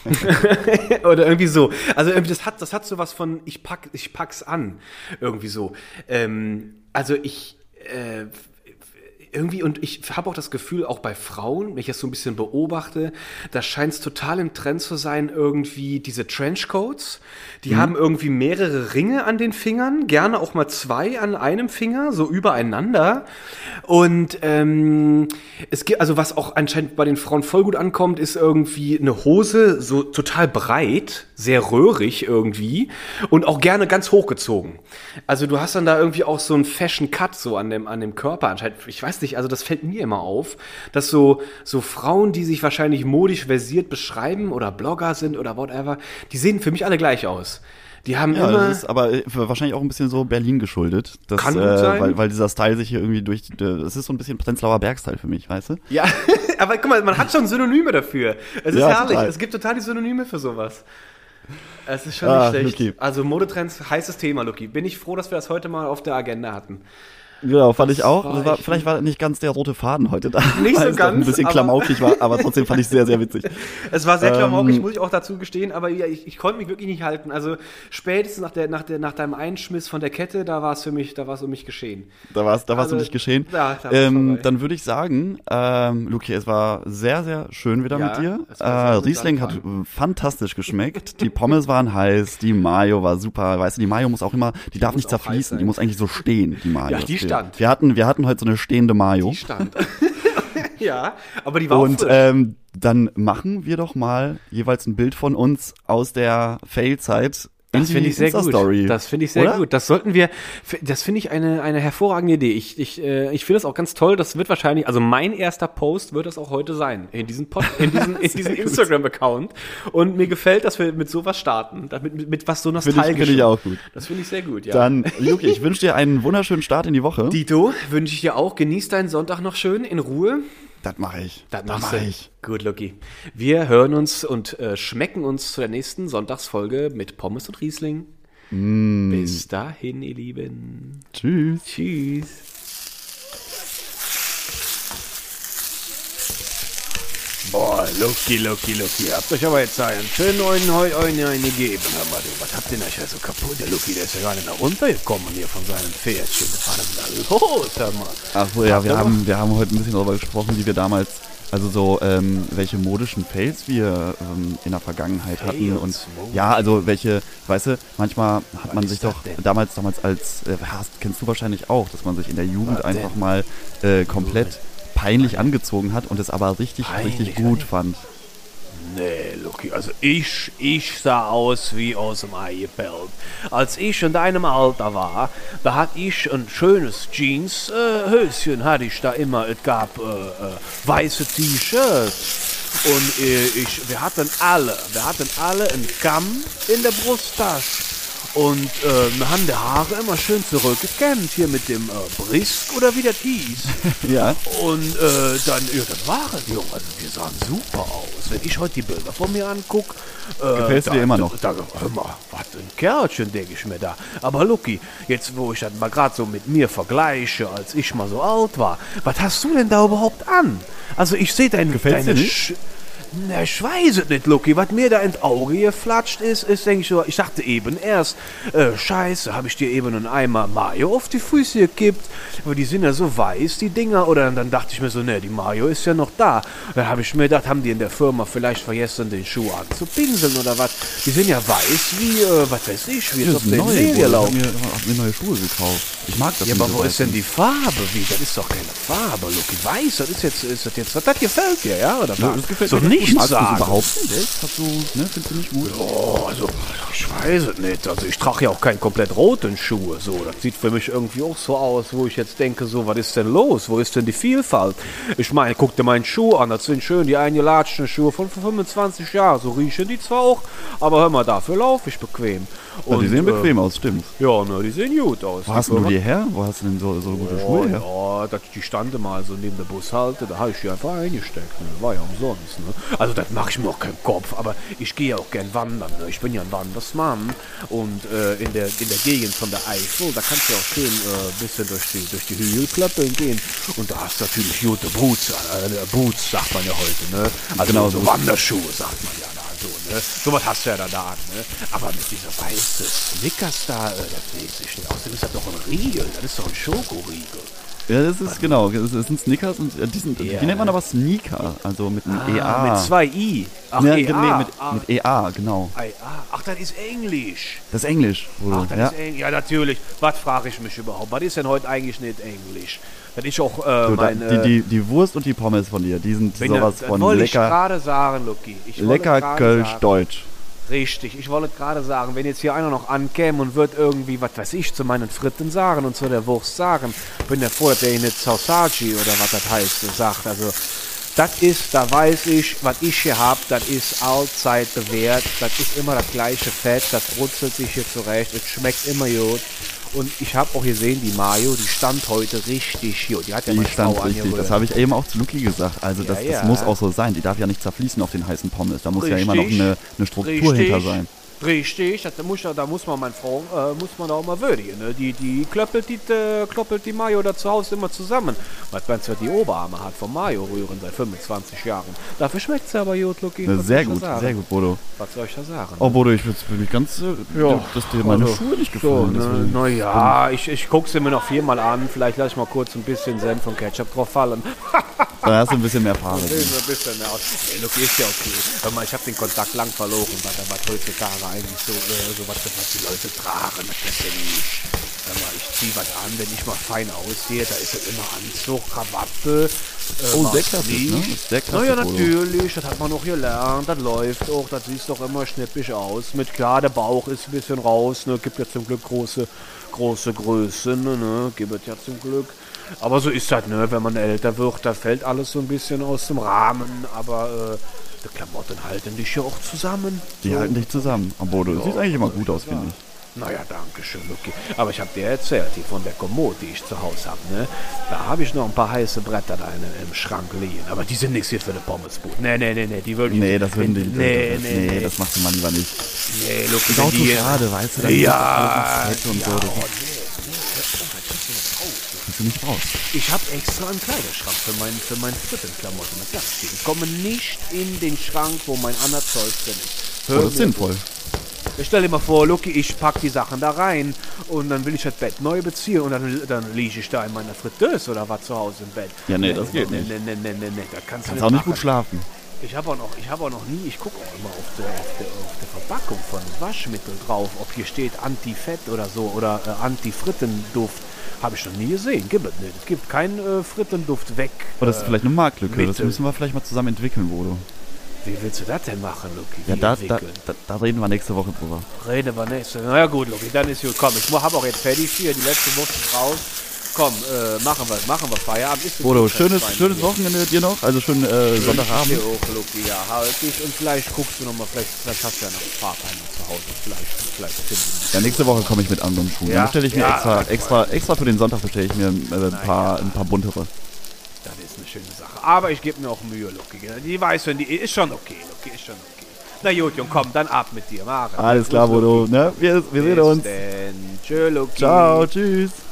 Oder irgendwie so. Also irgendwie das hat, das hat so was von ich pack, ich pack's an. Irgendwie so. Ähm, also ich, äh, irgendwie, und ich habe auch das Gefühl, auch bei Frauen, wenn ich das so ein bisschen beobachte, da scheint es total im Trend zu sein, irgendwie diese Trenchcoats, die mhm. haben irgendwie mehrere Ringe an den Fingern, gerne auch mal zwei an einem Finger, so übereinander. Und ähm, es gibt, also was auch anscheinend bei den Frauen voll gut ankommt, ist irgendwie eine Hose so total breit, sehr röhrig irgendwie und auch gerne ganz hochgezogen. Also du hast dann da irgendwie auch so einen Fashion Cut so an dem, an dem Körper anscheinend. Ich weiß nicht, also das fällt mir immer auf, dass so, so Frauen, die sich wahrscheinlich modisch versiert beschreiben oder Blogger sind oder whatever, die sehen für mich alle gleich aus. Die haben ja, immer. Das ist aber wahrscheinlich auch ein bisschen so Berlin geschuldet. Das, kann gut äh, sein. Weil, weil dieser Style sich hier irgendwie durch. Das ist so ein bisschen Prenzlauer Berg-Style für mich, weißt du? Ja, aber guck mal, man hat schon Synonyme dafür. Es ist ja, herrlich. Total. Es gibt total die Synonyme für sowas. Es ist schon ah, nicht schlecht. Luki. Also Modetrends, heißes Thema, Luki. Bin ich froh, dass wir das heute mal auf der Agenda hatten. Genau, fand ich auch. war Das war, ich- vielleicht war nicht ganz der rote Faden heute da. Nicht so weil es doch ganz, ein bisschen aber- klamaukig war, aber trotzdem fand ich sehr, sehr witzig. Es war sehr klamaukig, Ähm, muss ich auch dazu gestehen, aber ja, ich, ich konnte mich wirklich nicht halten. Also spätestens nach, der, nach, der, nach deinem Einschmiss von der Kette, da war es für mich, da war es um mich geschehen. Da war es da war's Also, um dich geschehen. ja, da war's ähm, vorbei. dann würde ich sagen, ähm, Luki, es war sehr, sehr schön wieder Ja, mit dir. es war sehr Äh, gut Riesling hat angefangen. äh, fantastisch geschmeckt. Die Pommes waren heiß, die Mayo war super. Weißt du, die Mayo muss auch immer, die, darf muss nicht auch heiß zerfließen, die sein. muss eigentlich so stehen, die Mayo. Ja, die Wir- stand. Wir hatten, wir hatten heute so eine stehende Mayo. Die stand. Ja, aber die war Und auch frisch. ähm, dann machen wir doch mal jeweils ein Bild von uns aus der Fail-Zeit in Das die finde ich sehr Insta-Story. gut. Das finde ich sehr Oder? gut. Das sollten wir, das finde ich eine, eine hervorragende Idee. Ich, ich, äh, ich finde das auch ganz toll. Das wird wahrscheinlich, also mein erster Post wird das auch heute sein. In diesem Pod, in diesem, in diesem Instagram-Account. Und mir gefällt, dass wir mit sowas starten. Damit, mit, mit was so Finde ich, nostalgischem. finde ich auch gut. Das finde ich sehr gut, ja. Dann, Luki, ich wünsche dir einen wunderschönen Start in die Woche. Dito, wünsche ich dir auch. Genieß deinen Sonntag noch schön in Ruhe. Das mache ich. Das Das machst mache du. ich. Gut, Lucky. Wir hören uns und äh, schmecken uns zu der nächsten Sonntagsfolge mit Pommes und Riesling. Mm. Bis dahin, ihr Lieben. Tschüss. Tschüss. Boah, Lucky, Lucky, Lucky. Ihr habt euch aber jetzt einen schönen neuen Heu eine, eine gegeben. Aber du, was habt ihr denn euch ja so kaputt? Der Lucky, der ist ja gar nicht nach runtergekommen hier von seinem Pferdchen. Was war denn da los, hör mal? Ach so, ja, Habt wir ihr haben, wir haben heute ein bisschen darüber gesprochen, wie wir damals, also so, ähm, welche modischen Fails wir ähm, in der Vergangenheit hatten. Fails, Und modisch. ja, also welche, weißt du, manchmal hat Was man ist sich das doch denn? damals, damals als, äh, hast, kennst du wahrscheinlich auch, dass man sich in der Jugend Was einfach denn? mal äh, komplett peinlich angezogen hat und es aber richtig, Peinlich, richtig gut peinlich. fand. Nee, Lucky, also ich, ich sah aus wie aus dem Ei gefällt. Als ich in deinem Alter war, da hatte ich ein schönes Jeans, äh, Höschen hatte ich da immer. Es gab äh, äh, weiße T-Shirts und äh, ich, wir hatten alle, wir hatten alle einen Kamm in der Brusttasche. Und äh, wir haben die Haare immer schön zurückgekämmt, hier mit dem äh, Brisk oder wie das hieß. Ja. Und äh, dann, ja, das war es, Junge. Also, wir sahen super aus. Wenn ich heute die Bilder von mir angucke. Äh, Gefällst du da- dir immer noch? Da, da, hör mal, was für ein Kerlchen, denke ich mir da. Aber Lucky, jetzt wo ich das mal gerade so mit mir vergleiche, als ich mal so alt war, was hast du denn da überhaupt an? Also ich sehe dein, Gefällt's deine dir nicht? Sch- Na, ich weiß es nicht, Lucky. Was mir da ins Auge geflatscht ist, ist, denke ich so, ich dachte eben erst, äh, scheiße, habe ich dir eben einen Eimer Mayo auf die Füße gekippt. Aber die sind ja so weiß, die Dinger. Oder dann dachte ich mir so, ne, die Mayo ist ja noch da. Dann habe ich mir gedacht, haben die in der Firma vielleicht vergessen, den Schuh anzupinseln oder was? Die sind ja weiß wie, äh, was weiß ich, wie Das auf ist den neu, Mehl Bruder. Ich gelaufen. hab mir, hab mir neue Schuhe gekauft. Ich mag das Ja, nicht aber so wo weiß ist denn sind. die Farbe? Wie? Das ist doch keine Farbe, Lucky. Weiß, das ist jetzt, ist das jetzt, das gefällt dir, ja? Oder Ja, was? das gefällt so mir ganz gut. nicht Magst du sagen. das überhaupt nicht? Echt? Hast du, ne, findest du nicht gut? Oh, also, ich weiß es nicht. Also, ich trage ja auch keinen komplett roten Schuhe. So, das sieht für mich irgendwie auch so aus, wo ich jetzt denke, so, was ist denn los? Wo ist denn die Vielfalt? Ich meine, guck dir meinen Schuh an. Das sind schön die eingelatschten Schuhe von vor fünfundzwanzig Jahren. So riechen die zwar auch, aber hör mal, dafür laufe ich bequem. Ja, die sehen äh, bequem aus, stimmt. Ja, ne, die sehen gut aus. Wo hast Die du Firma- die her? Wo hast du denn so, so gute Oh, Schuhe her? ja, das, die standen mal so neben der Bushalte, da habe ich die einfach eingesteckt. Ne? War ja umsonst. Ne? Also das mache ich mir auch keinen Kopf, aber ich gehe ja auch gern wandern. Ne? Ich bin ja ein Wandersmann und äh, in, der, in der Gegend von der Eifel, da kannst du ja auch schön ein äh, bisschen durch die, durch die Hügel klöppeln gehen. Und da hast du natürlich gute Boots, äh, Boots sagt man ja heute. Ne? Also Genau, so Boots. Wanderschuhe sagt man ja da. So, ne? So was hast du ja da, da an. Ne? Aber mit dieser weißen Snickers da, äh, das weiß ich nicht. Außerdem ist das doch ein Riegel, das ist doch ein Schokoriegel. Ja, das ist genau. Das sind Snickers und äh, die, sind, Ja. die nennt man aber Sneaker, also mit einem E A. Mit zwei I. Ach, ja, E nee, A. mit, ah, mit E A, genau. ah, Ach, das ist Englisch. Das ist Englisch, Bruder. Ach, das Ja. ist Englisch. Ja, natürlich. Was frage ich mich überhaupt? Was ist denn heute eigentlich nicht Englisch? Das ist auch äh, So, da, mein... die, äh, die, die Wurst und die Pommes von dir, die sind bin ja- sowas das von wollte ich lecker, gerade sagen, Lucky. Ich wollte lecker gerade Kölsch sagen- Deutsch. Richtig, ich wollte gerade sagen, wenn jetzt hier einer noch ankäme und wird irgendwie, was weiß ich, zu meinen Fritten sagen und zu der Wurst sagen, bin ja froh, dass der hier nicht Sausage oder was das heißt, sagt. Also, das ist, da weiß ich, was ich hier hab, das ist allzeit bewährt, das ist immer das gleiche Fett, das brutzelt sich hier zurecht, es schmeckt immer gut. Und ich habe auch gesehen, die Mayo, die stand heute richtig gut. Die hat ja Die meine stand Frau richtig. angerührt. Das habe ich eben auch zu Lucky gesagt. Also das, Ja, das ja. muss auch so sein. Die darf ja nicht zerfließen auf den heißen Pommes. Da muss ja immer noch Richtig. eine, eine Struktur Richtig. hinter sein. Richtig, das muss, da muss man, mein Frau, äh, muss man auch mal würdigen. Ne? Die, die klöppelt die, äh, kloppelt die Mayo da zu Hause immer zusammen. Was man zwar die Oberarme hat vom Mayo rühren seit fünfundzwanzig Jahren. Dafür schmeckt es aber gut, Lucky. Na, Was sehr soll ich gut, da sagen? sehr gut, Bodo. Was soll ich da sagen? Oh, Bodo, ich bin mich ganz, äh, Ja. dass dir meine Also, Schuhe nicht So, gefallen. Das ne, will- na ja, ich, ich gucke sie mir noch viermal an. Vielleicht lasse ich mal kurz ein bisschen Senf und Ketchup drauf fallen. Da hast du ein bisschen mehr Farbe. Sehen wir ein bisschen mehr aus. Nee, Lucky ist ja okay. Hör mal, ich habe den Kontakt lang verloren, weil da was heutzutage eigentlich so, äh, so was, was die Leute tragen. Das ist ja nicht. Hör mal, ich ziehe was an, wenn ich mal fein aussehe, da ist es immer Anzug, Krawatte. Äh, Oh, mal sehr klassisch, Sneak. ne? Das ist sehr Na ja, klassisch, Bodo. natürlich, das hat man auch gelernt, das läuft auch, das sieht doch immer schnippisch aus. Mit klar, der Bauch ist ein bisschen raus, ne, gibt ja zum Glück große, große Größen, ne, gibt es ja zum Glück. Aber so ist das, ne, wenn man älter wird, da fällt alles so ein bisschen aus dem Rahmen, aber äh, die Klamotten halten dich ja auch zusammen. Die so. halten dich zusammen. Oh, Bodo, du siehst eigentlich immer gut aus, finde ich. Naja, danke schön, Lucky. Aber ich habe dir erzählt, die von der Kommode, die ich zu Hause habe, ne? Da habe ich noch ein paar heiße Bretter da in, im Schrank liegen. Aber die sind nichts hier für eine Pommesbude. Nee, nee, nee, nee, die würden Nee, das würden die. Nee, das, nee, nee, nee. das machst du mal lieber nicht. Nee, Lucky, Ist auch wenn zu die... schade, weißt du? Dann Ja, ist das alles Fett und so. ja, Das oh, nee, nee, oh, da kriegst du noch raus. kannst du nicht raus. Ich habe extra einen Kleiderschrank für, mein, für meine Frittenklamotten. Das sagst du. Die kommen nicht in den Schrank, wo mein anderer Zeug drin ist. Hör Oh, das ist mir sinnvoll. Ich stell dir mal vor, Lucky, ich pack die Sachen da rein und dann will ich das Bett neu beziehen und dann, dann liege ich da in meiner Fritteuse oder was zu Hause im Bett. Ja, nee, das geht nee, nicht. Nee, nee, nee, nee, nee, da kannst du Kannst auch nicht gut machen. schlafen. Ich habe auch, noch- ich hab auch noch nie, ich gucke auch immer auf der, auf, der, auf der Verpackung von Waschmittel drauf, ob hier steht Anti-Fett oder so oder äh, Anti-Frittenduft. Habe ich noch nie gesehen, gibt es nicht. Es gibt keinen äh, Frittenduft weg. Aber das ist äh, vielleicht eine Marktlücke. Das Mittel. müssen wir vielleicht mal zusammen entwickeln, Bodo. Wie willst du das denn machen, Lucky? Ja, Wie da, da, entwickeln? da, da reden wir nächste Woche drüber. Rede wir nächste. Na ja gut, Lucky, dann ist gut. Komm, ich habe auch jetzt fertig hier, die letzte Wurst ist raus. Komm, äh, machen wir, machen wir Feierabend. Ist Bodo, gut, schönes, Schwein, schönes hier. Wochenende dir noch. Also schönen äh, Sonntagabend. Hier auch, Lucky, ja, halt dich. Und vielleicht guckst du nochmal, vielleicht, vielleicht hast du ja noch einen Fahrplan zu Hause. Vielleicht, vielleicht finden wir Ja, nächste Woche komme ich mit anderen Schuhen. Ja? Dann bestelle ich mir Ja, extra, okay. extra, extra für den Sonntag bestelle ich mir äh, ein, paar, ein paar buntere. Das ist eine schöne Sache. Aber ich gebe mir auch Mühe, Lucky. Die weiß, wenn die ist schon okay, Lucky, ist schon okay. Na gut, Jung, komm, dann ab mit dir. Mare. Alles klar, Tschüss, Bodo. Lucky. Ne? Wir, wir sehen Bis uns. denn. Tschö, Lucky. Ciao, tschüss.